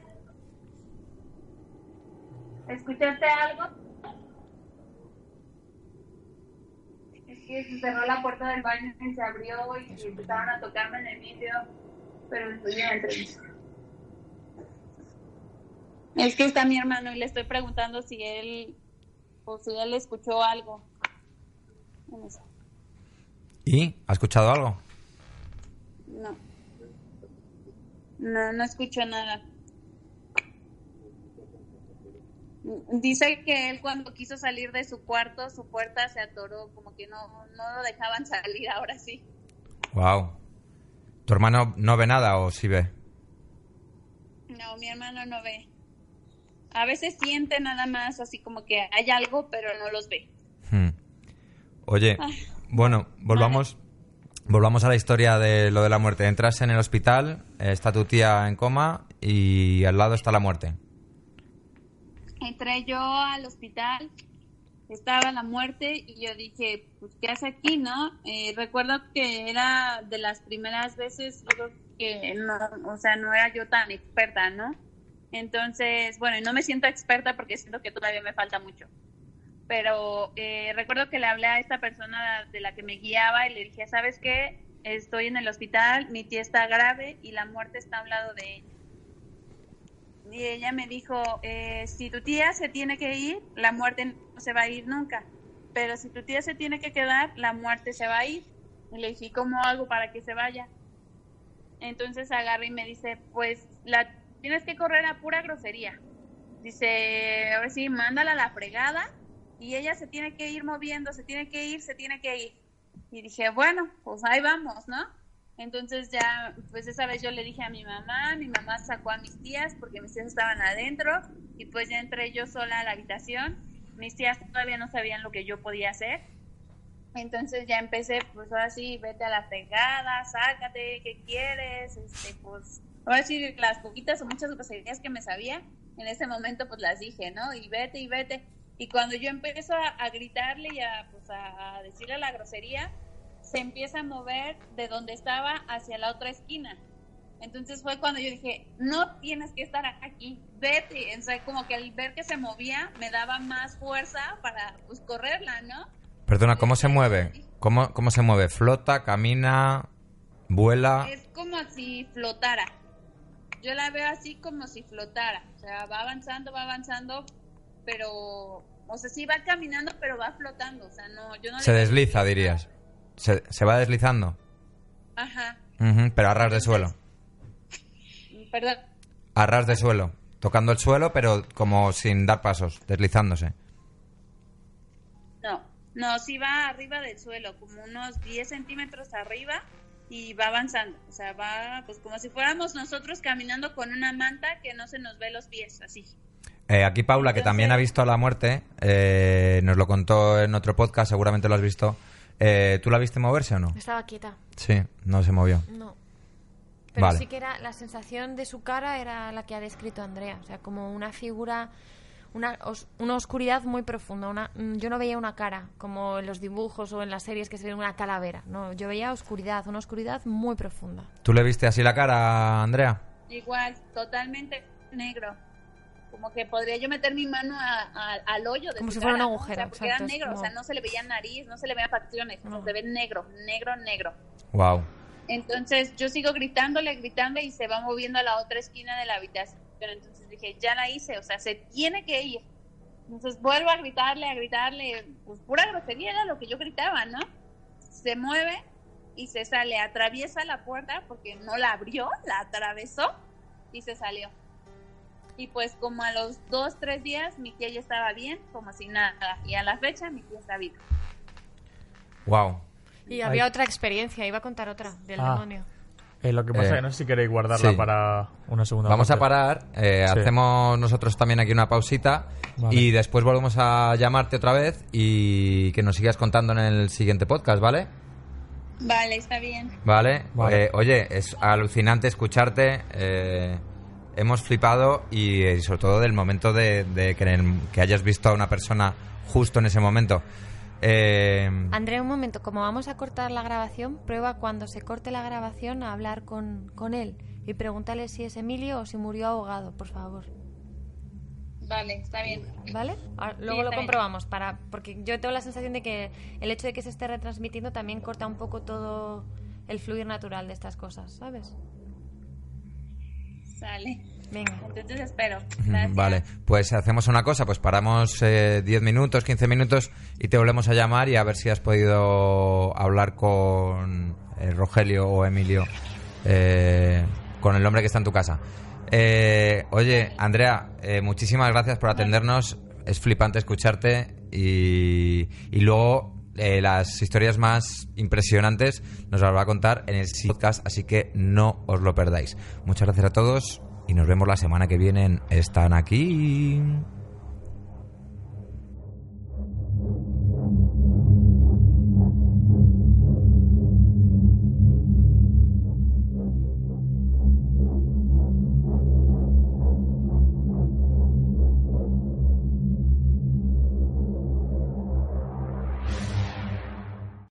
¿Escuchaste algo? Es que se cerró la puerta del baño y se abrió y empezaron a tocarme en el vídeo, pero estoy en la entrevista. Es que está mi hermano y le estoy preguntando si él escuchó algo. ¿Y? ¿Ha escuchado algo? No escucho nada. Dice que él cuando quiso salir de su cuarto, su puerta se atoró, como que no lo dejaban salir, ahora sí. Wow. ¿Tu hermano no ve nada o sí ve? No, mi hermano no ve. A veces siente nada más, así como que hay algo, pero no los ve. Oye, bueno, volvamos a la historia de lo de la muerte. Entras en el hospital, está tu tía en coma y al lado está la muerte. Entré yo al hospital, estaba la muerte y yo dije, pues, ¿qué hace aquí, no? Recuerdo que era de las primeras veces, yo creo que no era yo tan experta, ¿no? Entonces, bueno, y no me siento experta porque siento que todavía me falta mucho. Pero recuerdo que le hablé a esta persona de la que me guiaba y le dije, ¿sabes qué? Estoy en el hospital, mi tía está grave y la muerte está a un lado de ella. Y ella me dijo, si tu tía se tiene que ir, la muerte no se va a ir nunca. Pero si tu tía se tiene que quedar, la muerte se va a ir. Y le dije, ¿cómo hago para que se vaya? Entonces agarra y me dice, pues tienes que correr a pura grosería. Dice, ahora sí, mándala a la fregada y ella se tiene que ir moviendo, se tiene que ir. Y dije, bueno, pues ahí vamos, ¿no? Entonces ya, pues esa vez yo le dije a mi mamá sacó a mis tías porque mis tías estaban adentro y pues ya entré yo sola a la habitación. Mis tías todavía no sabían lo que yo podía hacer. Entonces ya empecé, pues ahora sí, vete a la fregada, sácate, ¿qué quieres? Pues ahora sí, las poquitas o muchas groserías que me sabía, en ese momento pues las dije, ¿no? Y vete. Y cuando yo empiezo a gritarle y a decirle la grosería, se empieza a mover de donde estaba hacia la otra esquina. Entonces fue cuando yo dije, no tienes que estar aquí, vete. O sea, como que al ver que se movía me daba más fuerza para pues correrla, ¿no? Perdona, ¿cómo se mueve? ¿Cómo se mueve? ¿Flota, camina, vuela? Es como si flotara. Yo la veo así como si flotara. O sea, va avanzando, pero... O sea, sí va caminando, pero va flotando. O sea, no, yo no se desliza, dirías. ¿Se va deslizando? Ajá. Pero a ras de suelo. Perdón. A ras de suelo. Tocando el suelo, pero como sin dar pasos, deslizándose. No, sí va arriba del suelo, como unos 10 centímetros arriba y va avanzando. O sea, va pues como si fuéramos nosotros caminando con una manta que no se nos ve los pies, así. Aquí Paula, entonces, que también ha visto a la muerte, nos lo contó en otro podcast, seguramente lo has visto. ¿Tú la viste moverse o no? Estaba quieta. Sí, no se movió. No. Pero vale. Sí que era la sensación de su cara era la que ha descrito Andrea. O sea, como una figura, una oscuridad muy profunda. Yo no veía una cara, como en los dibujos o en las series que se ve una calavera. No, yo veía oscuridad, una oscuridad muy profunda. ¿Tú le viste así la cara, Andrea? Igual, totalmente negro. Como que podría yo meter mi mano al hoyo de como su si fuera cara, un agujero, ¿no? O sea, porque exacto, era negro, como... o sea, no se le veía nariz, no se le veía facciones, se ve negro. Wow. Entonces yo sigo gritándole y se va moviendo a la otra esquina de la habitación. Pero entonces dije, ya la hice, o sea, se tiene que ir. Entonces vuelvo a gritarle, pues pura grosería era lo que yo gritaba, ¿no? Se mueve y se sale, atraviesa la puerta porque no la abrió, la atravesó y se salió. Y pues como a los 2-3 días mi tía ya estaba bien, como si nada. Y a la fecha mi tía está viva. Wow. Y había otra experiencia, iba a contar otra del demonio. Lo que pasa es que no sé si queréis guardarla para una segunda Vamos parte. a parar, hacemos nosotros también aquí una pausita, vale. Y después volvemos a llamarte otra vez y que nos sigas contando en el siguiente podcast, ¿vale? Vale, está bien. Vale. Oye, es alucinante escucharte, hemos flipado y sobre todo del momento de que hayas visto a una persona justo en ese momento. Andrea, un momento, como vamos a cortar la grabación, prueba cuando se corte la grabación a hablar con él y pregúntale si es Emilio o si murió ahogado, por favor. Vale, está bien. ¿Vale? Luego lo comprobamos, porque yo tengo la sensación de que el hecho de que se esté retransmitiendo también corta un poco todo el fluir natural de estas cosas, ¿sabes? Sale. Venga. Entonces espero. Gracias. Vale, pues hacemos una cosa, pues paramos 10 minutos, 15 minutos y te volvemos a llamar y a ver si has podido hablar con Rogelio o Emilio, con el hombre que está en tu casa. Oye, Andrea, muchísimas gracias por atendernos, es flipante escucharte y luego las historias más impresionantes nos las va a contar en el podcast, así que no os lo perdáis. Muchas gracias a todos y nos vemos la semana que viene en Están Aquí.